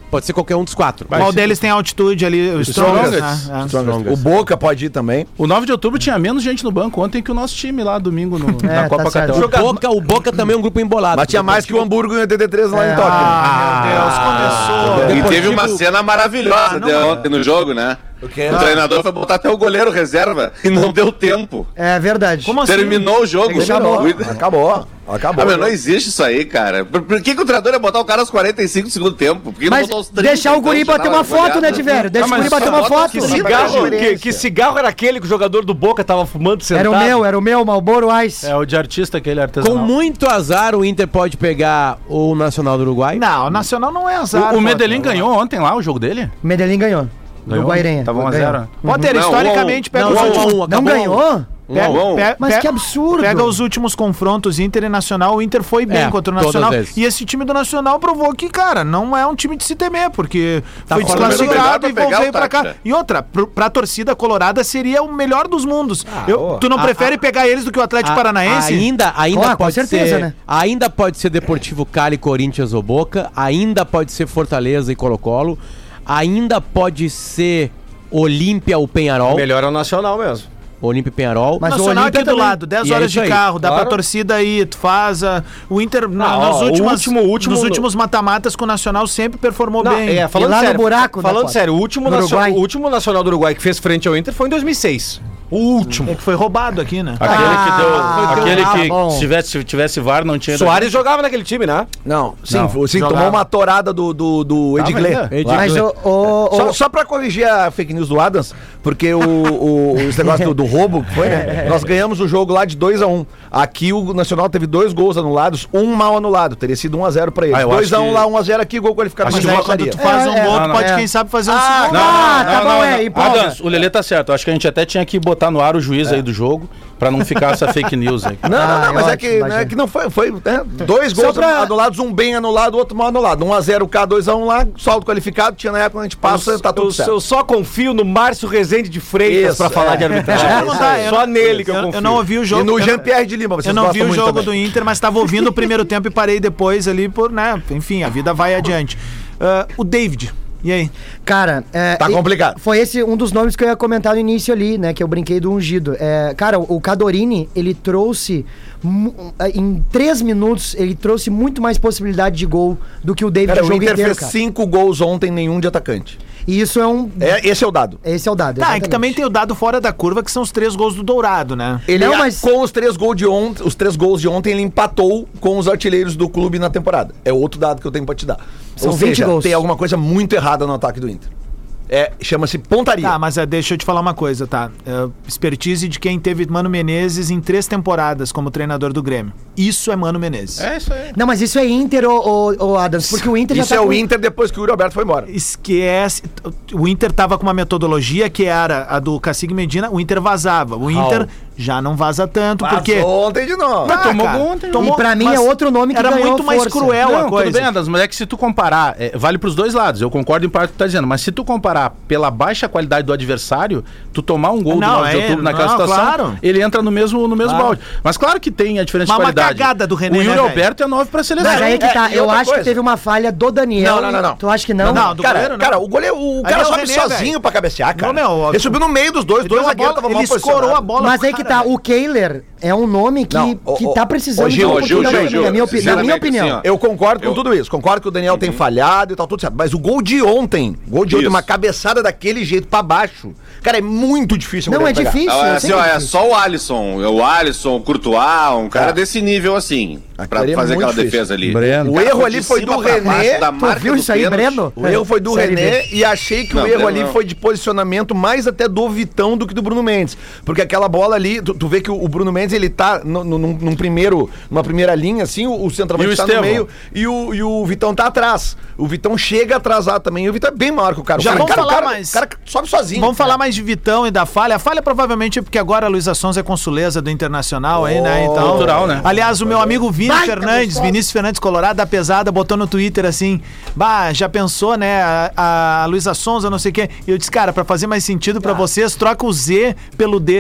Pode ser qualquer um dos quatro. Qual deles tem altitude ali? O Strongest. Strongest. né? É. Strongest. O Boca pode ir também. O nove de outubro tinha menos gente no banco ontem que o nosso time lá domingo no, É, na Copa tá certo. Catel. O Boca, o Boca também é um grupo embolado. Mas tinha mais que o Hamburgo em oitenta e três lá É. em Tóquio. Ah, meu Deus, começou. E Deportivo- teve uma cena maravilhosa de ontem no jogo, né? O quê? O treinador foi botar até o goleiro reserva e não deu tempo. É verdade. Como assim? Terminou o jogo. Ele chamou. O- Acabou. Acabou. Ah, mas não existe isso aí, cara. Por, por que, que o treinador ia botar o cara aos quarenta e cinco do segundo tempo? Por que Mas não botou os trinta, deixar o guri então, bater já uma tava foto, né, goleado? Tiverio? Deixa Ah, o guri mas bater só uma bota foto. que Que Sim, cigarro, mas que, que cigarro era aquele que o jogador do Boca tava fumando sentado? Era o meu, era o meu, Marlboro Ice. É o de artista aquele Com artesanal. muito azar, o Inter pode pegar o Nacional do Uruguai. Não, o Nacional não é azar. O, o pô. Medellín ganhou ontem lá o jogo dele? Medellín ganhou. Ganhou? Do Guairenha. Tava um a Ganhou. zero. Potter, Não, historicamente, pega Não, os um a últimos... um, Não acabou. ganhou? Pega, Bom. pega- Mas pega- que absurdo. Pega os últimos confrontos Inter e Nacional, o Inter foi bem É, contra o todas Nacional. as vezes. E esse time do Nacional provou que, cara, não é um time de se temer, porque Tá foi fora do desclassificado lugar e pra pegar veio o pra cá. Táchira. E outra, pro, pra torcida colorada seria o melhor dos mundos. Ah, Eu- tu não A- prefere a- pegar eles do que o Atlético A- Paranaense? Ainda, ainda Ah, com pode certeza, ser, né? ainda pode ser Deportivo Cali, Corinthians ou Boca, ainda pode ser Fortaleza e Colo-Colo, ainda pode ser Olímpia ou Penharol, Melhor é o Nacional mesmo. Olímpia e Penharol. Mas o Nacional Olímpia aqui do também. lado, dez E é horas isso de aí, carro, dá claro. pra torcida aí, tu faz a, o Inter na- Não, nas ó, o últimas, último- o último nos no- últimos mata-matas com o Nacional sempre performou Não, bem. é, falando E lá no sério, buraco, falando né, sério, o último, no nacio- Uruguai. o último Nacional do Uruguai que fez frente ao Inter foi em dois mil e seis. O último. É que foi roubado aqui, né? Aquele Ah, que deu. foi Aquele teu- que ah, bom. se tivesse, se tivesse V A R não tinha. Soares jogava naquele time, né? Não, sim, Não, foi- sim jogava. tomou uma torada do, do, do Edgley. ainda? Edgley. Mas o... o, o Só, só pra corrigir a fake news do Adams, porque o, o, esse negócio do, do roubo que foi, né? Nós ganhamos o jogo lá de dois a um. Aqui o Nacional teve dois gols anulados, um mal anulado. Teria sido um a zero pra eles. Ah, eu dois a um acho que- lá, um a zero aqui, gol qualificado. Acho Mas que aí uma- Quando faria. tu faz É, um é, gol, tu não, pode, é. quem sabe, fazer um Ah, segundo. Ah, tá bom, é, empolga. Adams, o Lelê tá certo. Eu acho que a gente até tinha que botar no ar o juiz aí do jogo, pra não ficar essa fake news aí. Não, não, Ah, não, mas é é que, ótimo, né, mas é. que não foi. Foi né, dois gols pra- anulados, um bem anulado, outro mal anulado. um a zero cá, dois a um lá, saldo qualificado. Tinha na época quando a gente passa, eu, tá tudo eu- certo. eu só confio no Márcio Rezende de Freitas Isso, pra falar é. de arbitragem. Deixa eu perguntar, eu só não- nele que eu, eu, confio. eu não ouvi o jogo. E no eu- Jean-Pierre de Lima, vocês Eu não vi gostam o muito jogo também. do Inter, mas estava ouvindo o primeiro tempo e parei depois ali por, né? Enfim, a vida vai adiante. Ah, o David, e aí? Cara, é, Tá e- complicado. Foi esse um dos nomes que eu ia comentar no início ali, né? Que eu brinquei do ungido. É, cara, o Cadorini, ele trouxe. mu- Em três minutos, ele trouxe muito mais possibilidade de gol do que o David Cara, o o jogo Inter inteiro, fez cara. cinco gols ontem, nenhum de atacante. E isso é um. É, esse é o dado. Esse é o dado. Tá, é que exatamente. também tem o dado fora da curva, que são os três gols do Dourado, né? Ele, Não, mas- com os três gols de ontem, os três gols de ontem, ele empatou com os artilheiros do clube na temporada. É outro dado que eu tenho pra te dar. São Ou vinte seja, gols. tem alguma coisa muito errada no ataque do Inter. É, chama-se pontaria. Tá, mas é, deixa eu te falar uma coisa, tá? É, expertise de quem teve Mano Menezes em três temporadas como treinador do Grêmio. Isso é Mano Menezes. É isso aí. Não, mas isso é Inter, ô, ô, ô, Adams, porque o Inter Isso já tá é o com- Inter depois que o Yuri Alberto foi embora. Esquece. O Inter tava com uma metodologia que era a do Cacique Medina, o Inter vazava. O Inter já não vaza tanto, porque. Passou ontem de novo. Ah, tomou cara, gol ontem. tomou- E pra mim mas é outro nome que era ganhou muito mais força. cruel a Não, coisa. tudo bem, Adams, mas é que se tu comparar, é, vale pros dois lados, eu concordo em parte com o que tu tá dizendo, mas se tu comparar pela baixa qualidade do adversário, tu tomar um gol Não, do nove de é, outubro naquela não, situação, claro. ele entra no mesmo, no mesmo Claro. balde. Mas claro que tem a diferença Mas de uma qualidade. cagada do René, O Yuri né, velho? Alberto é nove pra seleção. Mas aí que É, tá, e eu outra acho que coisa. teve uma falha do Daniel. Não, não, não, não. Tu acha que não? Não, do cara, goleiro, não. cara, o goleiro, o Ali cara é o sobe René, sozinho velho. pra cabecear, cara. Não, meu, ele subiu no meio dos dois, Ele dois deu uma zagueiros bola, estavam mal ele escorou posicionados. a bola. Mas pro aí que cara, tá, velho. o Kehler é um nome que, Não, ô, que ô, tá precisando ô, Gil, de um ô, pouquinho Gil, da- Gil, na Gil, minha, opi- na minha sinceramente, opinião. assim, ó. Eu concordo com Eu- tudo isso. Concordo que o Daniel tem falhado e tal, tudo certo. Mas o gol de ontem, gol de ontem, Isso. uma cabeçada daquele jeito pra baixo, cara, é muito difícil. o Não, é goleiro pegar. difícil. Ah, eu assim, sei ó, que é é difícil. só o Alisson, o Alisson, o Courtois, um cara É. desse nível assim, pra Aquele é fazer muito aquela difícil. defesa ali. Breno. O Cara, erro foi ali de foi cima do pra baixo René. da Tu marca viu do isso aí, pênalti. Breno? O erro foi do Série B. René e achei que Não, o erro não, ali não. foi de posicionamento mais até do Vitão do que do Bruno Mendes. Porque aquela bola ali, tu, tu vê que o, o Bruno Mendes, ele tá no, no- num, num primeiro, numa primeira linha, assim, o, o centroavante E o tá Estevão? no meio e o, e o Vitão tá atrás. O Vitão chega atrasado também. E o Vitão é bem maior que o cara. O Já cara, vamos cara, falar o cara, mais. O cara sobe sozinho. Vamos falar cara. mais de Vitão e da falha. A falha provavelmente é porque agora a Luísa Sonza é consuleza do Internacional aí, né? Então, Cultural, né? Aliás, o meu amigo Vini Baita Fernandes, gostosa. Vinícius Fernandes Colorado da Pesada, botou no Twitter assim: bah, já pensou, né? A, a Luísa Sonza, não sei o quê. E eu disse, cara, pra fazer mais sentido pra vocês, troca o Z pelo D.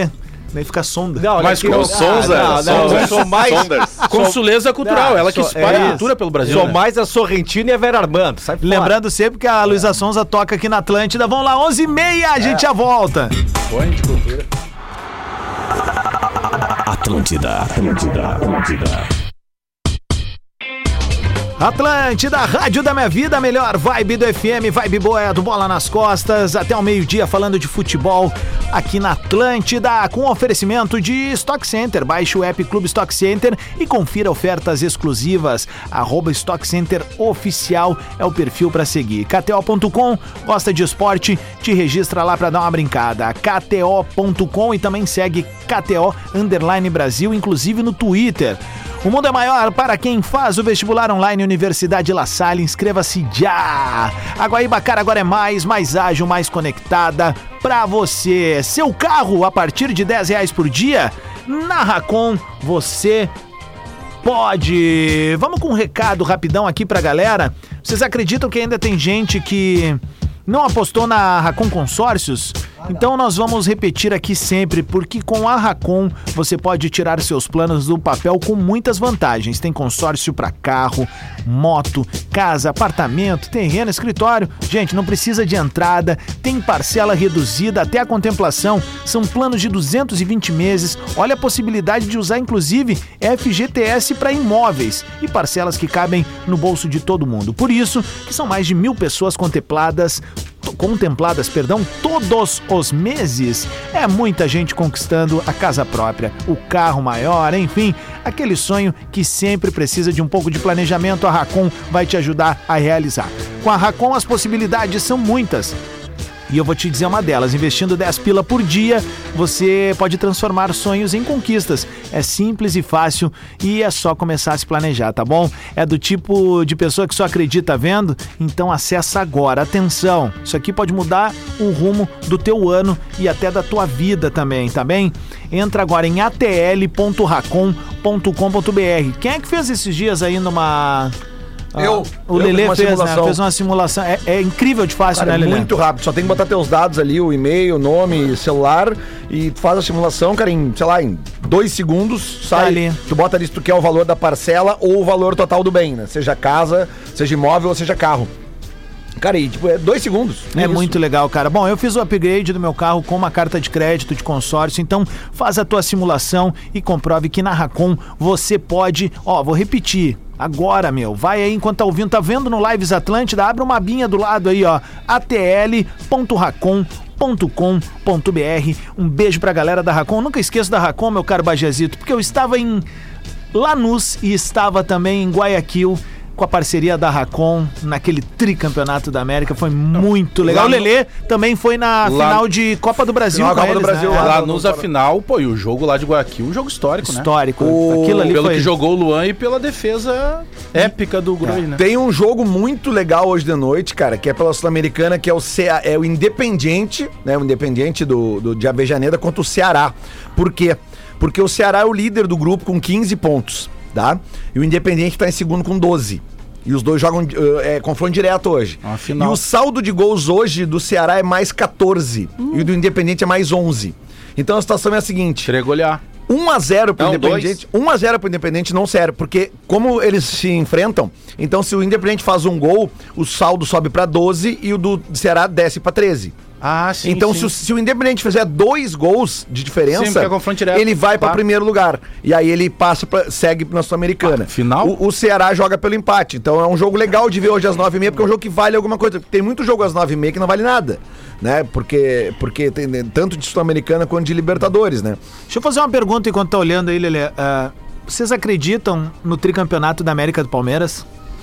Daí fica sonda. Não, Mas com Sonza, não, não, eu sou mais... Consuleza cultural, Não, ela que sou- espalha é a cultura pelo Brasil. Sou né? mais a Sorrentino e a Vera Armando. Sai fora. Lembrando sempre que a Luísa Sonza toca aqui na Atlântida. Vamos lá, onze e meia, a gente já volta. Põe de cultura. Atlântida, Atlântida, Atlântida. Atlântida, rádio da minha vida, melhor vibe do F M, vibe boa é do Bola nas Costas, até o meio-dia falando de futebol aqui na Atlântida, com oferecimento de Stock Center. Baixe o app Clube Stock Center e confira ofertas exclusivas. Arroba Stock Center Oficial é o perfil para seguir. K T O ponto com, gosta de esporte? Te registra lá para dar uma brincada. K T O ponto com e também segue K T O Underline Brasil, inclusive no Twitter. O mundo é maior para quem faz o vestibular online Universidade La Salle. Inscreva-se já! A Guaíbacara agora é mais, mais ágil, mais conectada para você. Seu carro a partir de dez reais por dia? Na Racon você pode. Vamos com um recado rapidão aqui pra galera. Vocês acreditam que ainda tem gente que não apostou na Racon Consórcios? Então nós vamos repetir aqui sempre, porque com a Racon você pode tirar seus planos do papel com muitas vantagens. Tem consórcio para carro, moto, casa, apartamento, terreno, escritório. Gente, não precisa de entrada, tem parcela reduzida até a contemplação. São planos de duzentos e vinte meses. Olha a possibilidade de usar inclusive F G T S para imóveis e parcelas que cabem no bolso de todo mundo. Por isso que são mais de mil pessoas contempladas contempladas, perdão, todos os meses. É muita gente conquistando a casa própria, o carro maior, enfim, aquele sonho que sempre precisa de um pouco de planejamento. A Racon vai te ajudar a realizar. Com a Racon as possibilidades são muitas. E eu vou te dizer uma delas, investindo dez pila por dia, você pode transformar sonhos em conquistas. É simples e fácil e é só começar a se planejar, tá bom? É do tipo de pessoa que só acredita vendo? Então acessa agora. Atenção, isso aqui pode mudar o rumo do teu ano e até da tua vida também, tá bem? Entra agora em a t l ponto racon ponto com ponto b r. Quem é que fez esses dias aí numa... Ah, Eu, o eu Lelê fiz uma fez, né? simulação. Fez uma simulação. É, é incrível de fácil, Cara, né, é Lelê? muito rápido, só tem que botar teus dados ali, o e-mail, o nome, celular, e tu faz a simulação, cara, em, sei lá, em dois segundos, sai, Tá ali. tu bota ali se tu quer o valor da parcela ou o valor total do bem, né? Seja casa, seja imóvel ou seja carro. Cara, e tipo, é dois segundos. É isso. muito legal, cara. Bom, eu fiz o upgrade do meu carro com uma carta de crédito de consórcio, então faz a tua simulação e comprove que na Racon você pode, ó, vou repetir, agora, meu, vai aí enquanto tá ouvindo, tá vendo no Lives Atlântida, abre uma abinha do lado aí, ó, a t l ponto racon ponto com ponto b r. Um beijo pra galera da Racon. Nunca esqueço da Racon, meu caro Bajazito, porque eu estava em Lanús e estava também em Guayaquil com a parceria da Racon naquele tricampeonato da América. Foi muito legal. Lá o Lelê também foi na lá- final de Copa do Brasil Final com da Copa do eles, Brasil, né? lá Lá no- nos a final, pô, e o jogo lá de Guayaquil, um jogo histórico, né? Histórico. O- Aquilo ali Pelo foi... que jogou o Luan e pela defesa épica do Groi, né? Tem um jogo muito legal hoje de noite, cara, que é pela Sul-Americana, que é o, Ce... é o Independiente, né? O Independiente do, do, de Avejaneda contra o Ceará. Por quê? Porque o Ceará é o líder do grupo com quinze pontos, tá? E o Independiente tá em segundo com doze. E os dois jogam uh, é, confronto direto hoje. Uma final. E o saldo de gols hoje do Ceará é mais catorze. E o do Independiente é mais onze. Então a situação é a seguinte: Queria golear. um a zero pro Não, Independente. um a zero pro Independente não serve, porque como eles se enfrentam, então se o Independente faz um gol, o saldo sobe pra doze e o do Ceará desce pra treze. Ah, sim, Então sim. se o, se o Independente fizer dois gols de Sim, diferença, porque é confronto direto. ele vai pra Tá. primeiro lugar. E aí ele passa pra, segue na Sul-Americana. Ah, final? O, o Ceará joga pelo empate. Então é um jogo legal de ver hoje às nove e meia, porque é um jogo que vale alguma coisa. Tem muito jogo às nove e meia que não vale nada, né? Porque, porque tem né, tanto de Sul-Americana quanto de Libertadores, né? Deixa eu fazer uma pergunta enquanto tá olhando aí, Lelê. Ah, vocês acreditam no tricampeonato da América do Palmeiras?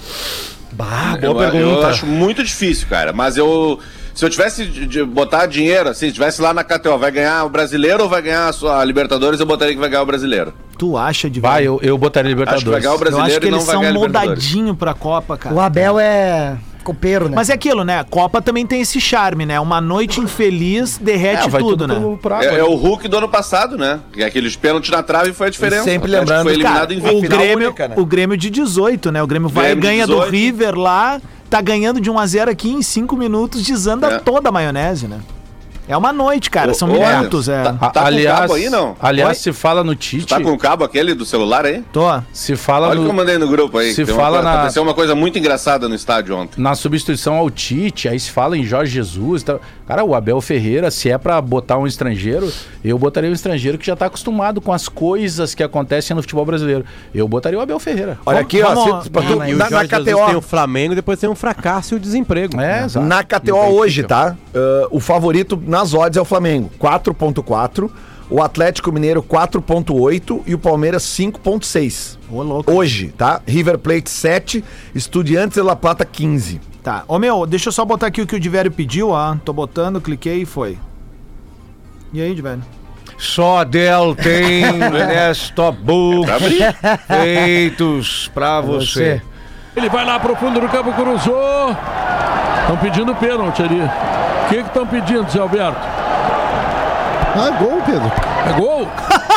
Bah, Eu, eu acho muito difícil, cara. Mas eu. Se eu tivesse de, de botar dinheiro, assim, se tivesse lá na K T O, vai ganhar o brasileiro ou vai ganhar a, sua, a Libertadores, eu botaria que vai ganhar o brasileiro. Tu acha de Vai, verdade? eu, eu botaria Libertadores. Acho que vai ganhar o Eu brasileiro acho que e não eles vai são ganhar a Libertadores. moldadinho pra Copa, cara. O Abel é copeiro, né? Mas é aquilo, né? A Copa também tem esse charme, né? Uma noite infeliz derrete É, vai tudo, tudo né? pro, pro água, É, né? é o Hulk do ano passado, né? Que aqueles pênaltis na trave foi a diferença. sempre O Atlético lembrando, foi eliminado cara, em O vinte. final Grêmio, única, né? o Grêmio de dezoito, né? O Grêmio vai e Grêmio de ganha do dezoito. River lá, tá ganhando de um a zero aqui em cinco minutos, desanda É. toda a maionese, né? É uma noite, cara, são Ô, ô, minutos, é. Tá, tá aliás, com o cabo aí, não? aliás Oi? se fala no Tite, Tá com o cabo aquele do celular aí? Tô. se fala Olha o no, que eu mandei no grupo aí. se Tem fala uma, na- Aconteceu uma coisa muito engraçada no estádio ontem. na substituição ao Tite, aí se fala em Jorge Jesus. Tá... Cara, o Abel Ferreira, se é pra botar um estrangeiro, eu botaria um estrangeiro que já tá acostumado com as coisas que acontecem no futebol brasileiro. Eu botaria o Abel Ferreira. Olha aqui, ó. Vamos- se- pra tu- E o na, na Jorge Jesus tem o K T O. Flamengo, depois tem um fracasso e o desemprego. É, exato. Na K T O hoje, tá? Uh, o favorito nas odds é o Flamengo, quatro ponto quatro. O Atlético Mineiro, quatro ponto oito. E o Palmeiras, cinco ponto seis. Ô, louco. Hoje, tá? River Plate, sete. Estudiantes de La Plata, quinze. Tá. Ô, meu, deixa eu só botar aqui o que o Divério pediu, ó. Tô botando, cliquei e foi. E aí, Divério? Só Dell tem nesta book feitos pra você. Ele vai lá pro fundo do campo, cruzou. Estão pedindo pênalti ali. O que estão pedindo, Zé Alberto? Ah, gol, Pedro. É gol?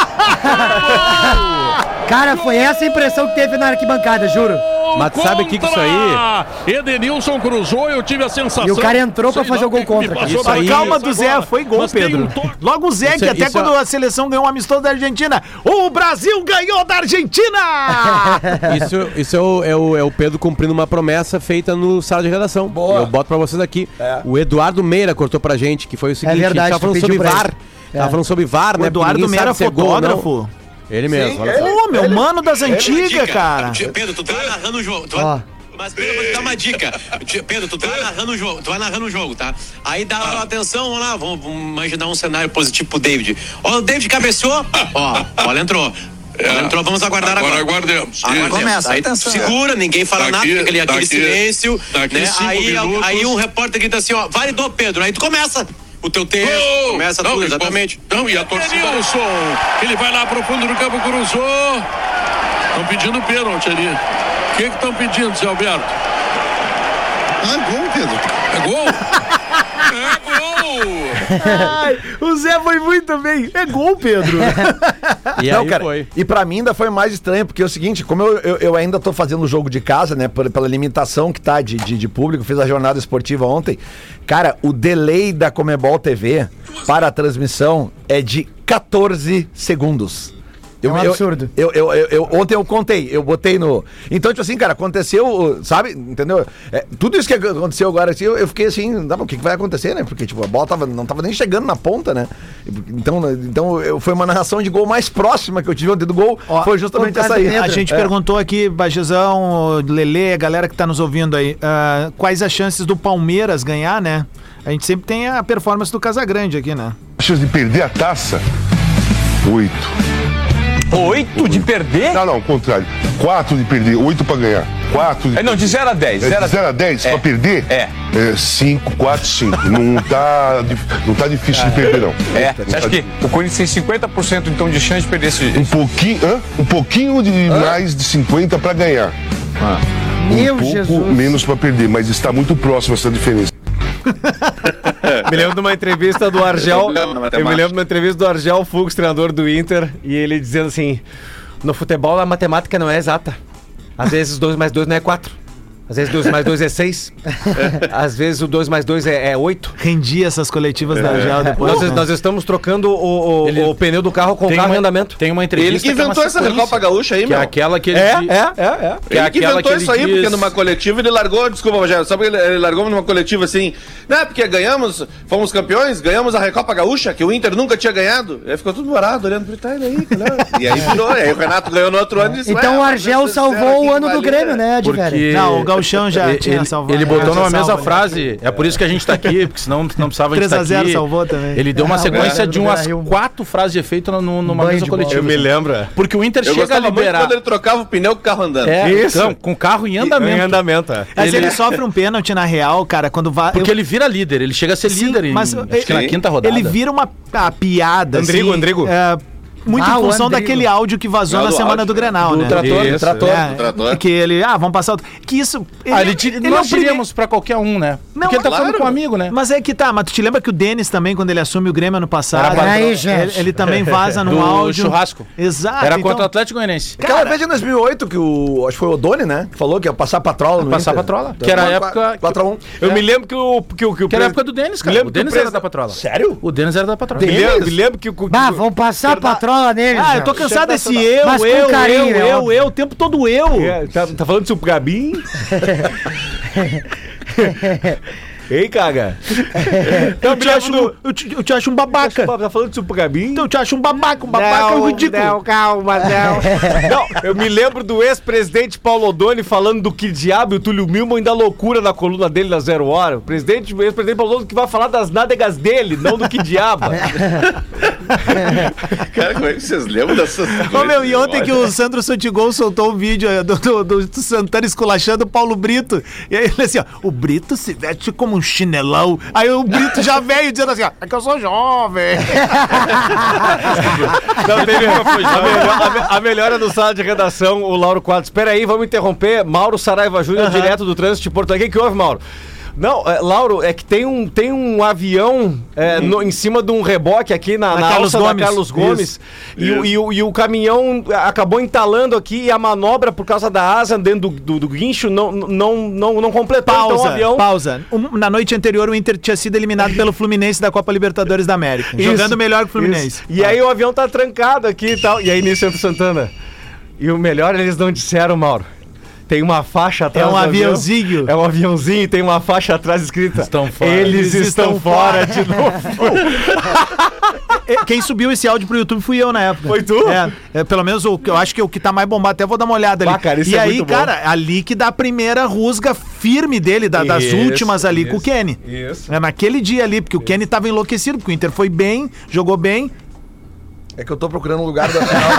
Cara, foi essa a impressão que teve na arquibancada, juro. Mas tu sabe o que que isso aí- Edenilson cruzou, eu tive a sensação. E o cara entrou pra Sei fazer lá o gol que que me contra, cara. passou Isso na aí- cabeça Calma do Zé, agora, foi gol, mas tem Pedro. um toque. Logo o Zé, Isso que é- até isso é- quando a seleção ganhou um amistoso da Argentina, o Brasil ganhou da Argentina! Isso, isso é, o, é, o, é o Pedro cumprindo uma promessa feita no sala de redação. Boa. Eu boto pra vocês aqui. O Eduardo Meira cortou pra gente, que foi o seguinte, verdade, a gente tava tu falando pediu sobre pra V A R. ele. Tava É. falando sobre V A R, O né? Eduardo Ninguém Meira, sabe se é gol ou não. fotógrafo. Ele mesmo, olha só. Ô, meu mano das antigas, cara. Pedro, tu tá narrando o jogo. Tu Ó. Mas Pedro, eu vou te dar uma dica. Pedro, tu vai narrando o jogo, tu vai narrando o jogo, tá? Aí dá Ah. atenção, vamos lá, vamos, vamos imaginar um cenário positivo pro David. Ó, o David cabeceou, ó, bola entrou. Bola entrou, vamos aguardar agora. Agora aguardemos. Aguardemos. Começa. Aí segura, ninguém fala Daqui- nada, aquele, aquele daqui- silêncio. daqui Né? cinco Aí, minutos. aí um repórter grita assim, ó, validou, Pedro. Aí tu começa o teu texto, Gol! começa Não, tudo, eles vão- exatamente. Não, e a torcida. Edenilson, ele vai lá pro fundo do campo, cruzou. Estão pedindo pênalti ali. O que estão pedindo, Zé Alberto? Ah, gol, Pedro. É gol? É gol! Ai, o Zé foi muito bem. É gol, Pedro. E Não, aí cara, foi. e pra mim ainda foi mais estranho, porque é o seguinte, como eu, eu, eu ainda tô fazendo o jogo de casa, né, por- pela limitação que tá de, de, de público, fiz a jornada esportiva ontem, cara, o delay da Comebol T V para a transmissão é de catorze segundos. Eu, É um eu- absurdo. Eu, eu, eu, eu- ontem eu contei, eu botei no... Então, tipo assim, cara, aconteceu, sabe, entendeu? É, tudo isso que aconteceu agora, assim, eu, eu fiquei assim, não, mas o que, que vai acontecer, né? Porque, tipo, a bola tava, não tava nem chegando na ponta, né? Então, então eu, foi uma narração de gol mais próxima que eu tive ontem do gol, Ó, foi justamente por causa essa aí. do Pedro. A gente É. perguntou aqui, Bagezão, Lelê, a galera que tá nos ouvindo aí, ah, quais as chances do Palmeiras ganhar, né? A gente sempre tem a performance do Casagrande aqui, né? A chance de perder a taça? Oito. Oito de perder? Não, não, ao contrário. Quatro de perder, oito pra ganhar. Quatro de É, não, de zero a dez. É, de zero a dez É. pra perder? É. É cinco, quatro, cinco. Não tá, dif- não tá difícil de perder, não. É, Não você tá acha que difícil. o Corinthians tem cinquenta por cento então de chance de perder esse... Um pouquinho, hã? Um pouquinho de mais de cinquenta pra ganhar. Meu um pouco Jesus. menos pra perder, mas está muito próximo essa diferença. Me lembro de uma entrevista do Argel. Problema na Eu me matemática. lembro de uma entrevista do Argel Fux, treinador do Inter, e ele dizendo assim: no futebol a matemática não é exata. Às vezes dois mais dois não é quatro. Às vezes dois mais dois é seis. Às vezes o dois mais dois é oito. Rendi essas coletivas da Gel depois. Nós, né? nós estamos trocando o, o- Ele- o pneu do carro com o Tem carro uma- em andamento. Tem uma entrevista Ele que é uma inventou essa sequência, Recopa Gaúcha aí, que é meu. aquela que ele É, di- é, é, é. que é Ele que aquela inventou ele isso aí, diz- porque numa coletiva ele largou, desculpa, Rogério, só porque ele, ele largou numa coletiva assim, não, porque ganhamos, fomos campeões, ganhamos a Recopa Gaúcha, que o Inter nunca tinha ganhado. Aí ficou tudo parado, olhando pra ele, tá, e daí, cara? E aí virou, aí o Renato ganhou no outro ano e disse, Então "Ué, o mas Argel vocês disseram salvou aqui o que ano do valia." Grêmio, né, Porque Advério? Não, o Gauchão já ele, tinha ele- salvado. ele botou Já numa mesma salva, né? frase, é por isso que a gente tá aqui, porque senão não precisava a gente três a estar zero aqui. salvou também. Ele deu uma Ah, sequência o de Beira- umas Beira-Rio. quatro frases de efeito no- no- numa Banho mesma de bola. coletiva. Eu me assim. lembro. Porque o Inter Eu chega a gostava muito liberar. quando ele trocava o pneu com o carro andando. É, Isso. então, com o carro em andamento. Em andamento, é. Mas ele, Ele- sofre um pênalti na real, cara, quando vai. Porque eu- ele vira líder, ele chega a ser Sim, líder em, mas acho que na sim. quinta rodada. Ele vira uma a piada. Andrigo, assim, Andrigo. é, muito Ah, em o função Andrigo. daquele áudio que vazou Não, na do semana áudio, do Grenal, Do né? trator, Isso, do trator. É, do trator. que ele, ah, vamos passar o... Que isso... Ele, Ah, ele te- ele é nós o primeiro- diríamos pra qualquer um, né? Não, Porque ele tá claro. falando com um amigo, né? Mas é que tá, mas tu te lembra que o Denis também, quando ele assume o Grêmio ano passado, Era patrão. Aí, gente. ele, ele também vaza num Do áudio. churrasco. Exato. Era então- contra o Atlético Goianiense. Aquela vez em dois mil e oito que o. Acho que foi o Odoni, né? Que falou que ia passar patrola no Passar Inter. patrola. Que era a época... quatro a um. Eu me lembro que o. Que, o- que, o Que era a pre- época do Denis, Me cara. lembro O que o Denis pres- era da Patrola. Sério? O Denis era da Patrola. Me lembro, me lembro que o. que Bah, o- vamos passar a patrola nele. Ah, já. eu tô cansado desse eu, Mas com eu, carinho, eu, é eu, óbvio. eu, o tempo todo eu. É, tá, tá falando de Gabim? Ei, caga. Eu te, acho, um- eu, te, eu te acho um babaca. Tá falando de Gabim? Então eu te acho um babaca, um babaca Não, ridículo. não, calma, não. Não, eu me lembro do ex-presidente Paulo Odoni falando do que diabo e o Túlio Milman da loucura na coluna dele na Zero Hora. O presidente, o ex-presidente Paulo Odoni que vai falar das nádegas dele, não do que diabo. Cara, como é que vocês lembram dessas Ô meu, e ontem que o Sandro Sotigol soltou um vídeo eh, do, do, do, do Santana esculachando o Paulo Brito. E aí ele assim, ó, o Brito se veste como um chinelão. Aí o Brito já veio dizendo assim, ó, é que eu sou jovem. Não, teve- a, melhor, a, me- a melhora do sala de redação, o Lauro Quadros. Espera aí, vamos interromper. Mauro Saraiva Júnior, direto do trânsito de Porto Alegre. O que que houve, Mauro? Não, é, Lauro, é que tem um, tem um avião é, no- em cima de um reboque aqui na, Na na Carlos alça da Gomes. Carlos Gomes. E, o- e o, e o caminhão acabou entalando aqui e a manobra, por causa da asa dentro do, do, do guincho, não, não, não, não completou. Então, o Pausa, avião... pausa. Um- na noite anterior o Inter tinha sido eliminado pelo Fluminense da Copa Libertadores da América. Isso, jogando melhor que o Fluminense. isso. E aí o avião tá trancado aqui e tal. E aí nisso entra o Santana. E o melhor eles não disseram, Mauro. Tem uma faixa atrás. É um do avião. aviãozinho. É um aviãozinho e tem uma faixa atrás escrita. Estão fora. Eles, Eles estão, estão fora fora. de novo. É, Quem subiu esse áudio pro YouTube fui eu na época. Foi tu? É, é, pelo menos o que eu acho que é o que tá mais bombado. Até vou dar uma olhada ali. Ah, cara, isso e é aí, muito bom. cara, ali que dá a primeira rusga firme dele, da- das Isso, últimas ali com o isso, Kenny. isso. É naquele dia ali, porque o Kenny tava enlouquecido, porque o Inter foi bem, jogou bem. É que eu tô procurando um lugar da final.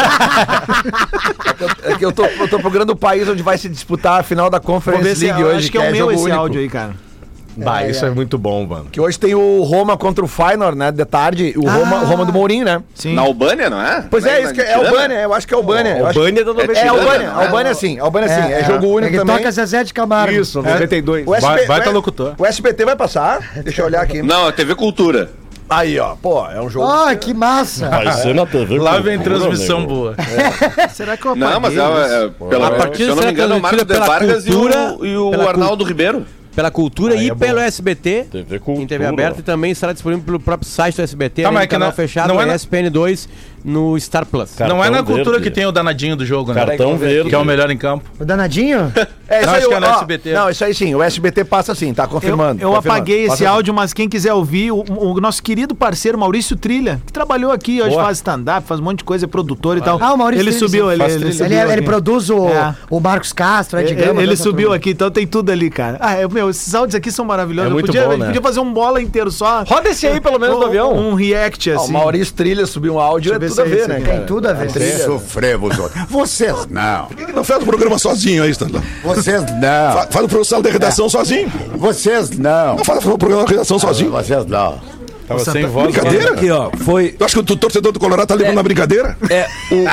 é que, eu, é que eu, tô, eu tô procurando o país onde vai se disputar a final da Vou Conference ver se League eu hoje. acho que é o meu jogo esse único. áudio aí, cara. Bah, isso é muito bom, mano. Que hoje tem o Roma contra o Feyenoord, né? De tarde. O Roma, o Roma do Mourinho, né? Sim. Na Albânia, não é? Pois Na- é, na isso que é, é Tirana? Albânia. Eu acho que é Albânia. Eu acho- Albânia da noventa e É dois. Albânia. Tirana, Albânia sim. Albânia sim. É, jogo único É que também. toca Zezé de Camargo. Isso, noventa e dois. O S B, Vai- vai tá o- locutor. O S B T vai passar. Deixa eu olhar aqui. Não, a T V Cultura. Aí, ó. Pô, é um jogo. Ah, que massa. Vai ser na T V. Lá vem Cultura, transmissão nego. boa. Será que eu Não, mas é, apaguei isso? é, pela, A partida se eu não me será engano, é o Marcos de transmitida pela Vargas e Cultura, o, e o pela Arnaldo Ribeiro. Pela Cultura e pelo S B T, T V em Cultura. T V aberta, e também estará disponível pelo próprio site do S B T, Tá, além mas do é que canal não- fechado, não é no na- E S P N dois, no Star Plus. Cartão Não é na cultura verde. que tem o danadinho do jogo, né? Cartão verde. Que é o melhor em campo. O danadinho? É, Não, acho que é no ó, S B T. Não, isso aí sim. O S B T passa sim, tá Eu, confirmando. eu confirmando. apaguei esse Passa sim. áudio, mas quem quiser ouvir, o, o nosso querido parceiro Maurício Trilha, que trabalhou aqui, hoje Boa. faz stand-up, faz um monte de coisa, é produtor e tal. Ah, o Maurício Ele Trilha, subiu, sim. ele, Faz ele, trilha. subiu Ele, ele aqui. produz o, É. o Marcos Castro, Ed Ele, Gama. ele dessa subiu turma. aqui, então tem tudo ali, cara. Ah, é, meu, esses áudios aqui são maravilhosos. É Eu muito podia, bom, a gente né? podia fazer um bola inteiro só. Roda esse aí, pelo menos, do Um- avião. Um react, Ó, assim. o Maurício Trilha subiu um áudio, é Deixa eu tudo a ver se ver, é né, esse cara? Tem tudo a ver. Trilha. Sofremos outro. Vocês não. Por que que não faz o programa sozinho aí, Standard? Vocês não. Fa- Faz o professor de redação sozinho. Vocês não. Não faz o programa de redação sozinho. Vocês não. Tava sem voz. Brincadeira? Aqui, ó, foi Tu acha que o torcedor do Colorado tá levando na brincadeira? é,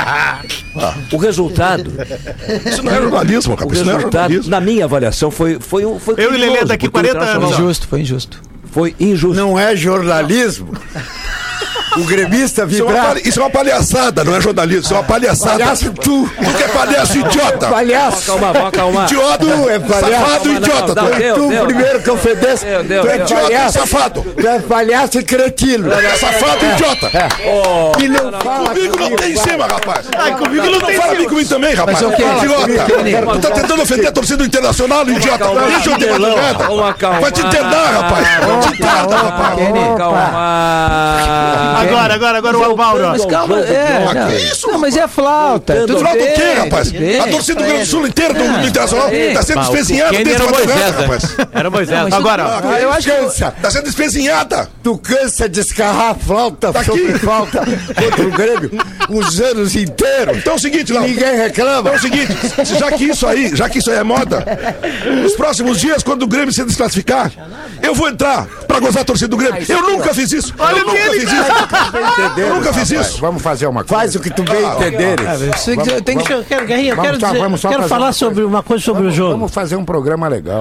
o, o resultado. Isso não é jornalismo, O cara. Isso não é resultado, jornalismo. na minha avaliação, foi, foi, um- foi Eu e Lelê criminoso, daqui porque o quarenta anos, Internacional ó. Injusto, foi injusto. Foi injusto. Não é jornalismo. O gremista Isso é, uma, vibrar. palha- isso é uma palhaçada, não é jornalismo. Isso é uma palhaçada. Palhaço tu. Tu que é palhaço idiota. Palhaço. Calma, vamos acalmar. Idiota. Tu é palhaço. Safado Calma, idiota. não, tu não, é deu, tu deu. primeiro que ofendesse. Deu, deu, tu é deu. idiota e palhaço. safado. Tu é palhaço e cretino. Safado idiota. E não fala Comigo não tem em cima, rapaz. Ai, comigo não tem Fala cima. comigo também, rapaz. Mas eu quero- Idiota. Tu tá tentando ofender a torcida do Internacional, idiota. acalmar, Deixa eu ter Cabelão. merda. Vamos acalmar. Vai te internar, rapaz. Vai te internar, rapaz. Vamos calmar. Agora, agora, agora o Mauro. ó. Mas calma, é. Mas Não, que isso, não, mas é flauta. Tu Tudo fala do bem, quê, rapaz? tudo bem. A torcida do Rio Grande do Sul inteira do, do Internacional tá sendo Mas o despezinhada Kenny dentro era da o Moisés, madrugada, né? rapaz. Era Moisés. Mas Agora, ó. Eu acho que Tá sendo despezinhada. tu cansa de escarrar flauta Tá sobre aqui. flauta contra o Grêmio os anos inteiros. Então é o seguinte, Léo. Ninguém reclama. Então é o seguinte, já que isso aí, já que isso aí é moda, nos próximos dias, quando o Grêmio se desclassificar, eu vou entrar pra gozar a torcida do Grêmio. Eu nunca fiz isso. Olha eu o nunca Kenny, fiz isso. Eu nunca fiz isso. Vamos fazer uma coisa. Faz o que tu bem entender. Eu tenho que, eu quero, Guerrinha, eu Vamos, quero, tá, dizer, vamos só quero fazer falar uma sobre uma coisa sobre vamos, o jogo. Vamos fazer um programa legal.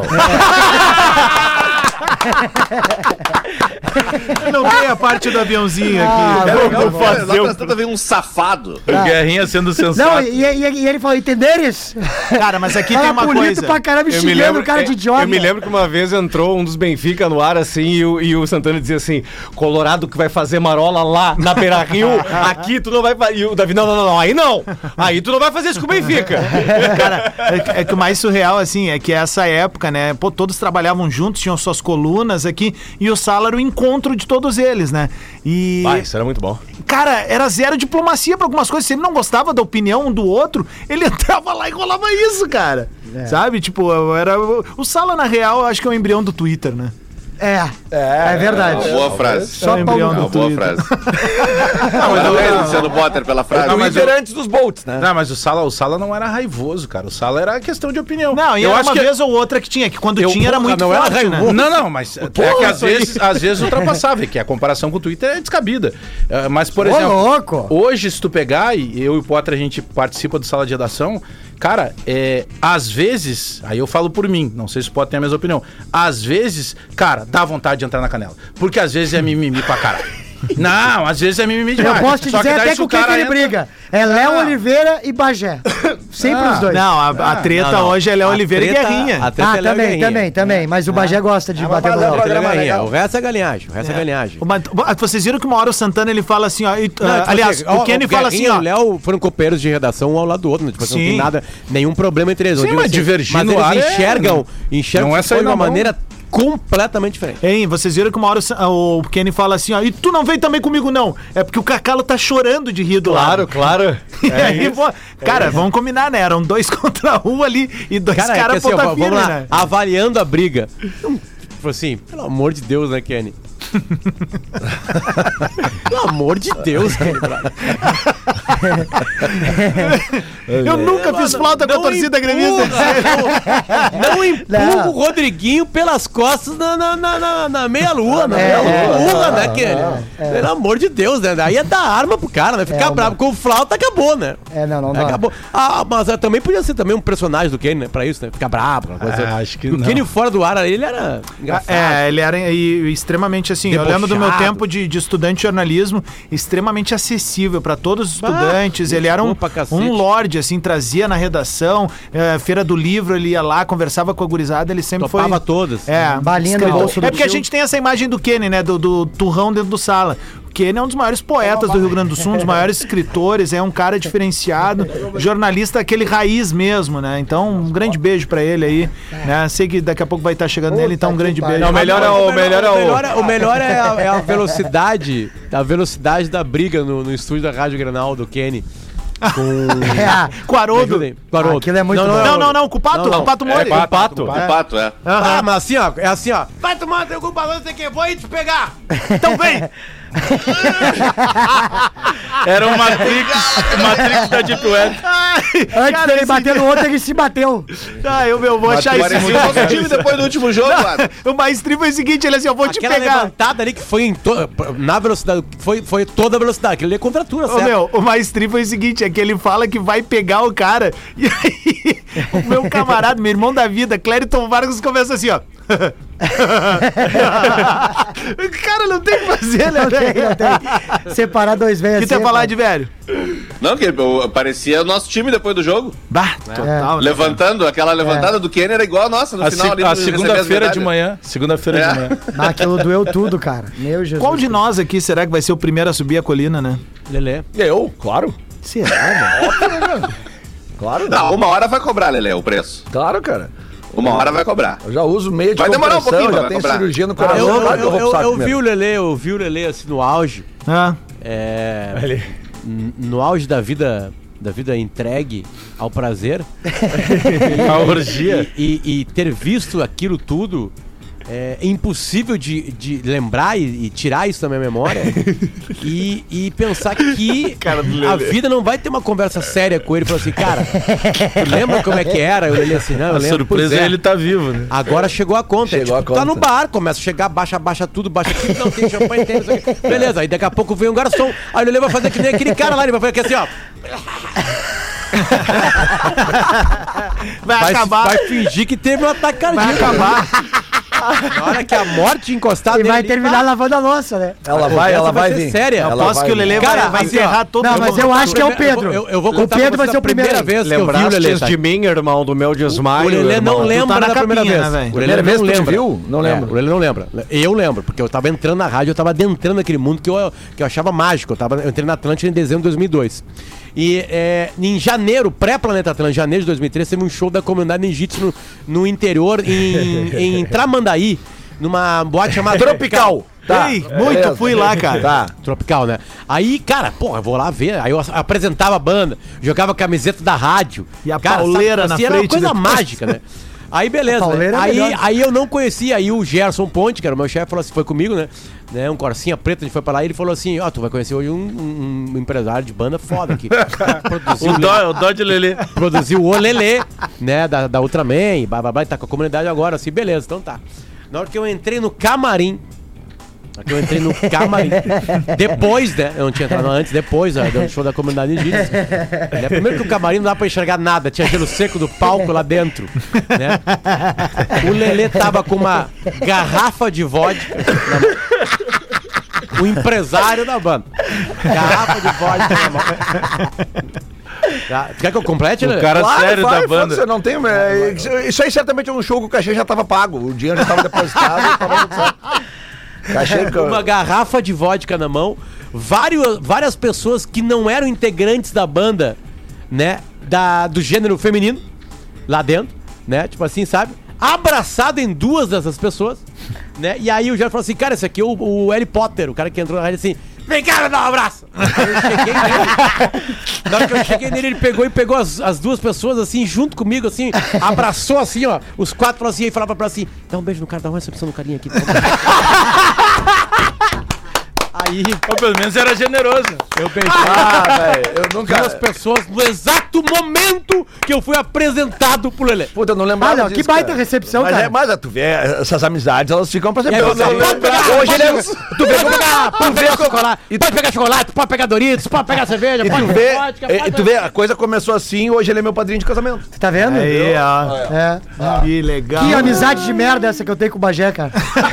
Não tem a parte do aviãozinho Ah, aqui. vamos Vamos fazer Lá um... pra tanto ver um safado. O Guerrinha sendo sensato. Não, e, e- e ele falou, entenderes? Cara, mas aqui Fala tem uma bonito coisa. pra caramba, Eu me xingando lembro, o cara de é, idiota. eu me lembro que uma vez entrou um dos Benfica no ar assim e o, e o Santana dizia assim: Colorado que vai fazer marola lá na Beira Rio, aqui tu não vai fazer. E o Davi, não, não, não, não, aí não. Aí tu não vai fazer isso com o Benfica. Cara, é, é que o mais surreal, assim, é que essa época, né? Pô, todos trabalhavam juntos, tinham suas colunas aqui, e o Sala era o encontro de todos eles, né? E. Vai, isso era muito bom. Cara, era zero diplomacia pra algumas coisas. Se ele não gostava da opinião um do outro, ele entrava lá e rolava isso, cara. É. Sabe? Tipo, era. O Sala, na real, eu acho que é o embrião do Twitter, né? É, é, é verdade. Uma boa frase. Só é embrião uma do boa Twitter. frase. Não, mas não é Luciano Potter pela frase. Não, mas Twitter eu- antes dos Bolts, né? Não, mas o Sala, o Sala não era raivoso, cara. O Sala era questão de opinião. Não, e eu era acho uma que vez ou outra que tinha, que quando Eu- tinha era porra, muito não era forte, né? raivoso. Não, não, mas é que às vezes, às vezes ultrapassava, é que a comparação com o Twitter é descabida. É, mas, por Ô, exemplo, louco! hoje, se tu pegar, e eu e o Potter, a gente participa do Sala de Redação, cara, é, às vezes, aí eu falo por mim, não sei se o Potter tem a mesma opinião, às vezes, cara, dá vontade de entrar na canela. Porque às vezes é mimimi pra caralho. Não, às vezes é mimimi Eu demais. posso te Só dizer daí até se com o quem que cara ele entra- briga. É Léo Ah. Oliveira e Bagé. Sempre Ah, os dois. Não, a, a treta Não, não. hoje é Léo A Oliveira treta- e Guerrinha. a treta Ah, é Léo também, Guerrinha. também, também. Mas o Bagé gosta de Ah, bater mas no é Léo. A treta é programa Guerrinha. legal. O resto é galinhagem. O resto é, galinhagem. Mas, ah, vocês viram que uma hora o Santana ele fala assim, ó. e, Não, ah, tipo aliás, assim, o Kenny fala assim, Guerrinha ó. e o Léo foram companheiros de redação um ao lado do outro, né? Tipo, assim, não Sim. tem nada, nenhum problema entre eles. Eu Sim, digo mas divergir mas no eles ar é- enxergam, enxergam não é de sair uma na mão. maneira completamente diferente. Hein, vocês viram que uma hora o Sa- o Kenny fala assim, ó, e tu não vem também comigo, não. É porque o Cacalo tá chorando de rir do Claro, lado. claro. E aí, pô, cara, vamos combinar, né? Eram dois contra um ali e dois Cara, é que caras assim, ó, ponta vamos firme, lá, né? avaliando a briga. Tipo assim, pelo amor de Deus, né, Kenny? Pelo amor de Deus, Kenny. Eu nunca fiz flauta com a torcida gremista. Não empurra Não. o Rodriguinho pelas costas na, na, na, na- na meia-lua, na É, meia-lua, é, né, Kenny? Pelo amor de Deus, né? Daí é dar arma pro cara, né? Ficar É, bravo com o flauta, acabou, né? É, não, não dá. Acabou. Ah, mas ah, também podia ser também um personagem do Kenny, né? Pra isso, né? Ficar bravo, aquela coisa. Ah, acho que o não. Kenny fora do ar, ele era engraçado. É, ele era e- extremamente assim. Eu lembro do meu Debochado. tempo de, de estudante de jornalismo, extremamente acessível pra todos os Ah, estudantes. Ele era um, bom pra cacete. um lorde, assim, trazia na redação, é, feira do livro, ele ia lá, conversava com a gurizada, ele sempre Topava foi. todas. É, Balinha no escritor. bolso do É porque a tio. gente tem essa imagem do Kenny, né? Do, do turrão dentro do sala. O Kenny é um dos maiores poetas do Rio Grande do Sul, um dos maiores escritores, é um cara diferenciado, jornalista aquele raiz mesmo, né? Então, um grande beijo pra ele aí, né? Sei que daqui a pouco vai estar chegando nele, então um grande beijo. Não, o melhor é o melhor é O o melhor, é- o melhor é, a, é a velocidade, a velocidade da briga no, no estúdio da Rádio Granal do Kenny. Com, É, Com o Haroldo. com o Haroldo. Aquilo é muito não, bom. Não, não, não, com o Pato, Não, não. com o Pato é, Mori. com o pato. O pato, é. Ah, mas assim, ó, é assim, ó. Vai tomar teu cu pra não sei o que, vou ir te pegar. Então vem! Era o Matrix, o Matrix da Deep Web. Antes dele bater no outro, ele se bateu. Ah, eu, meu, vou achar isso. Parecia o nosso time depois do último jogo, cara. O maestrinho foi o seguinte, ele assim, eu vou te Aquela pegar. levantada ali que foi em to- na velocidade, foi, foi toda a velocidade. Aquilo ali é contratura, Ô, certo? meu, o maestrinho foi o seguinte, é que ele fala que vai pegar o cara, e aí o meu camarada, meu irmão da vida, Clériton Vargas, começa assim, ó. Cara, não tem o que fazer, né? Não tem, não tem. Separar dois O velhos que tu ia falar de velho? Não, que eu- parecia o nosso time depois do jogo. Bah, total. né? Levantando, aquela levantada do Kenner era igual a nossa no A, final se- ali. a no- receber as segunda-feira de medalhas. manhã. Segunda-feira É. de manhã. Ah, aquilo doeu tudo, cara. Meu Jesus. Qual de nós aqui será que vai ser o primeiro a subir a colina, né? Lelê. Eu, claro. Será, velho? Claro, Não, uma hora vai cobrar, Lelé, o preço. Claro, cara. Uma hora vai cobrar. Eu já uso meio de Vai demorar um compressão, pouquinho, já mas tenho vai cobrar. cirurgia no Eu, coração. eu, claro que eu, vou pro eu, saco eu vi primeiro. o Lelê, eu vi o Lelê assim no auge. Ah, É, n- no auge da vida, da vida entregue ao prazer. A orgia. E, e- e ter visto aquilo tudo é impossível de, de lembrar e, e tirar isso da minha memória e, e pensar que a vida não vai ter uma conversa séria com ele e falar assim, cara, tu lembra como é que era? Eu olhei assim, não, eu A lembro. surpresa Pois é ele tá vivo, né? Agora chegou a conta. Chegou é, a tipo, tá conta. no bar, começa a chegar, baixa, baixa tudo, baixa aqui, não tem champanhe, tem isso aqui. Beleza, aí daqui a pouco vem um garçom, aí ele vai fazer que nem aquele cara lá, ele vai fazer aqui assim, ó. Vai, Vai, acabar. vai fingir que teve um ataque Vai cardíaco. acabar. Na hora que a morte encostar E vai nele, terminar lavando a louça, né? Ela vai, ela vai ser vir. séria. Eu Ela posso vai que o Lelê Cara, vai, vai assim, ó, enterrar todo Não, mundo. mas eu acho que é o Pedro. Eu, eu vou O contar Pedro pra vai vocês ser o a primeira primeiro. vez que eu vi o Lembrastes Lelê. tá? de mim, irmão, do meu desmaio. O Lelê não irmão. lembra Tu tá na da primeira capinha, vez. né, velho? O Lelê Primeira vez não que tu lembra. viu? Não É, lembro. o Lelê não lembra. Eu lembro, porque eu tava entrando na rádio, eu tava adentrando naquele mundo que eu, que eu achava mágico. Eu, tava, eu entrei na Atlântida em dezembro de dois mil e dois. E é, em janeiro, pré-Planeta Atlântico, janeiro de dois mil e três, teve um show da comunidade ninjitsu no, no interior, em, em Tramandaí, numa boate chamada Tropical. Tá. Ei, muito, beleza. fui lá, cara. Tá. Tropical, né? Aí, cara, porra, eu vou lá ver. Aí eu apresentava a banda, jogava a camiseta da rádio. E a cara, pauleira na era uma frente coisa depois. mágica, né? Aí, beleza. A pauleira Né? é Aí, melhor. aí eu não conhecia. Aí o Gerson Ponte, que era o meu chefe, falou assim: foi comigo, né? né? Um Corsinha preto, a gente foi pra lá e ele falou assim: ó, tu vai conhecer hoje um, um- um empresário de banda foda aqui. Produziu O dó, o dó de Lelê. produziu o Lelê, né, da, da Ultraman, blá, blá, blá, e tá com a comunidade agora, assim, beleza, então tá. Na hora que eu entrei no camarim, na hora que eu entrei no camarim, depois, né, eu não tinha entrado antes, depois, né, do show da comunidade indígena, né, primeiro que o camarim não dá pra enxergar nada, tinha gelo seco do palco lá dentro, né, o Lelê tava com uma garrafa de vodka na mão. O empresário da banda. Garrafa de vodka na mão. Tá, quer que eu complete, O Lelê? cara Claro, sério vai, da banda. foda-se, não tem, é, isso, isso aí certamente é um show que o cachê já tava pago. O dinheiro já tava depositado. Tava tudo certo. Cachê que eu- Uma garrafa de vodka na mão, vários, várias pessoas que não eram integrantes da banda, né, da, do gênero feminino, lá dentro, né, tipo assim, sabe? Abraçado em duas dessas pessoas, né, e aí o Jair falou assim, cara, esse aqui é o, o Harry Potter, o cara que entrou na rádio assim, vem cá, me dá um abraço! Aí eu cheguei nele, na hora que eu cheguei nele, ele pegou e pegou as, as duas pessoas, assim, junto comigo, assim, abraçou assim, ó, os quatro falou assim, e falava pra assim, dá um beijo no cara, dá uma recepção no carinha aqui. Aí, Ou pelo menos era generoso. eu beijei Ah, velho, eu nunca. duas pessoas no exato momento que eu fui apresentado pro Lelê. Puta, eu não lembrava Ah, não, disso, que baita cara. recepção, mas cara. É, mas é, tu vê, essas amizades, elas ficam pra sempre. É, Eu você não pode lembrava. pegar, Hoje ele é... Tu vê Pode como... pegar, pode tu vê pegar como- chocolate, pode pegar chocolate, pode pegar Doritos, pode pegar cerveja, E pode tu pegar vê, vodka, e- pode e tu vê, a coisa começou assim, hoje ele é meu padrinho de casamento. Você tá vendo? Aí, ó. É. Que legal. Que amizade de merda essa que eu tenho com o Bagé, cara.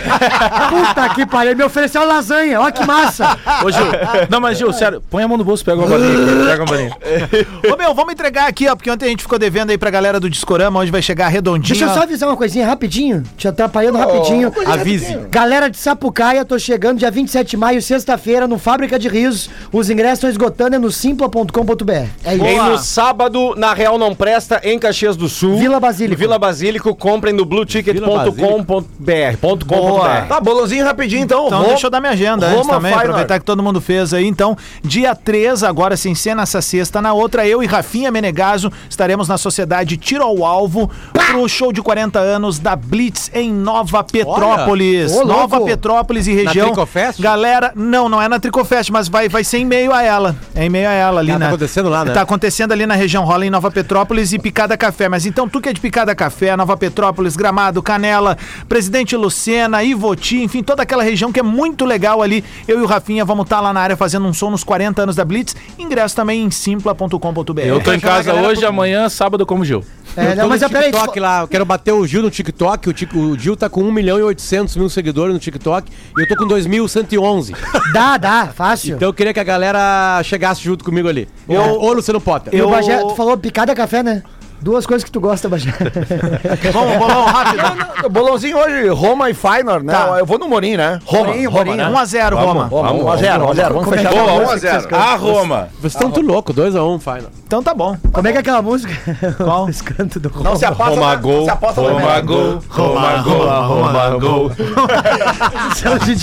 Puta que pariu. Ele me ofereceu uma lasanha. Olha que massa. Ô, Gil. Não, mas Gil, sério, põe a mão no bolso, pega uma balinha. Pega uma balinha. Ô, meu, vamos entregar aqui, ó, porque ontem a gente ficou devendo aí pra galera do Discorama, onde vai chegar redondinho. Deixa eu ó. só avisar uma coisinha rapidinho. Te atrapalhando rapidinho. Avise. Galera de Sapucaia, tô chegando dia vinte e sete de maio, sexta-feira, no Fábrica de Risos. Os ingressos estão esgotando, é no simpla ponto com ponto b r. É isso. E no sábado, na Real Não Presta, em Caxias do Sul. Vila Basílico. Vila Basílico, comprem no blue ticket ponto com ponto b r. Boa. Tá, bolãozinho rapidinho então. Então Ro- deixa eu dar minha agenda antes Roma também, Feyenoord. aproveitar que todo mundo fez aí. Então, dia três, agora sem ser nessa sexta, na outra, eu e Rafinha Menegaso estaremos na Sociedade Tiro ao Alvo pro show de quarenta anos da Blitz em Nova Petrópolis. Ô, louco. Nova Petrópolis e região. Tricofest? Galera, não, não é na Tricofest, mas vai, vai ser em meio a ela. É em meio a ela ali, Ah, tá né? acontecendo lá, né? Tá acontecendo ali na região, rola em Nova Petrópolis e Picada Café. Mas então, tu que é de Picada Café, Nova Petrópolis, Gramado, Canela, Presidente Lucena, Ivoti, enfim, toda aquela região que é muito legal ali. Eu e o Rafinha vamos estar lá na área fazendo um som nos quarenta anos da Blitz. Ingresso também em simpla ponto com ponto b r. Eu tô em chamar a casa galera hoje, pro- amanhã, sábado, como Gil. É, Eu não, tô mas no é, peraí. TikTok lá, eu quero bater o Gil no TikTok, o, Tic- o Gil tá com um milhão e oitocentos mil seguidores no TikTok e eu tô com dois mil cento e onze. Dá, dá, fácil. Então eu queria que a galera chegasse junto comigo ali. Eu- Ô, ô Luciano Potter. E o eu- Bagé, tu falou picada café, né? Duas coisas que tu gosta, Bagé. Vamos, bolão, rápido. Bolãozinho hoje, Roma e Feyenoord, né? Tá. Eu vou no Morim, né? Roma, Morim, Roma, Morim, né? um a zero, Roma. Roma, um a zero, um a zero. Vamos Como é fechar. que é? Boa, Boa, um a zero. A Roma. Vocês estão tudo louco, dois a um, final. Então tá bom. Como é que é aquela música? Qual? Os cantos do Não se aposta, Roma, não gol. se aposta no Roma, Roma, gol. Roma, gol. Roma, gol. São de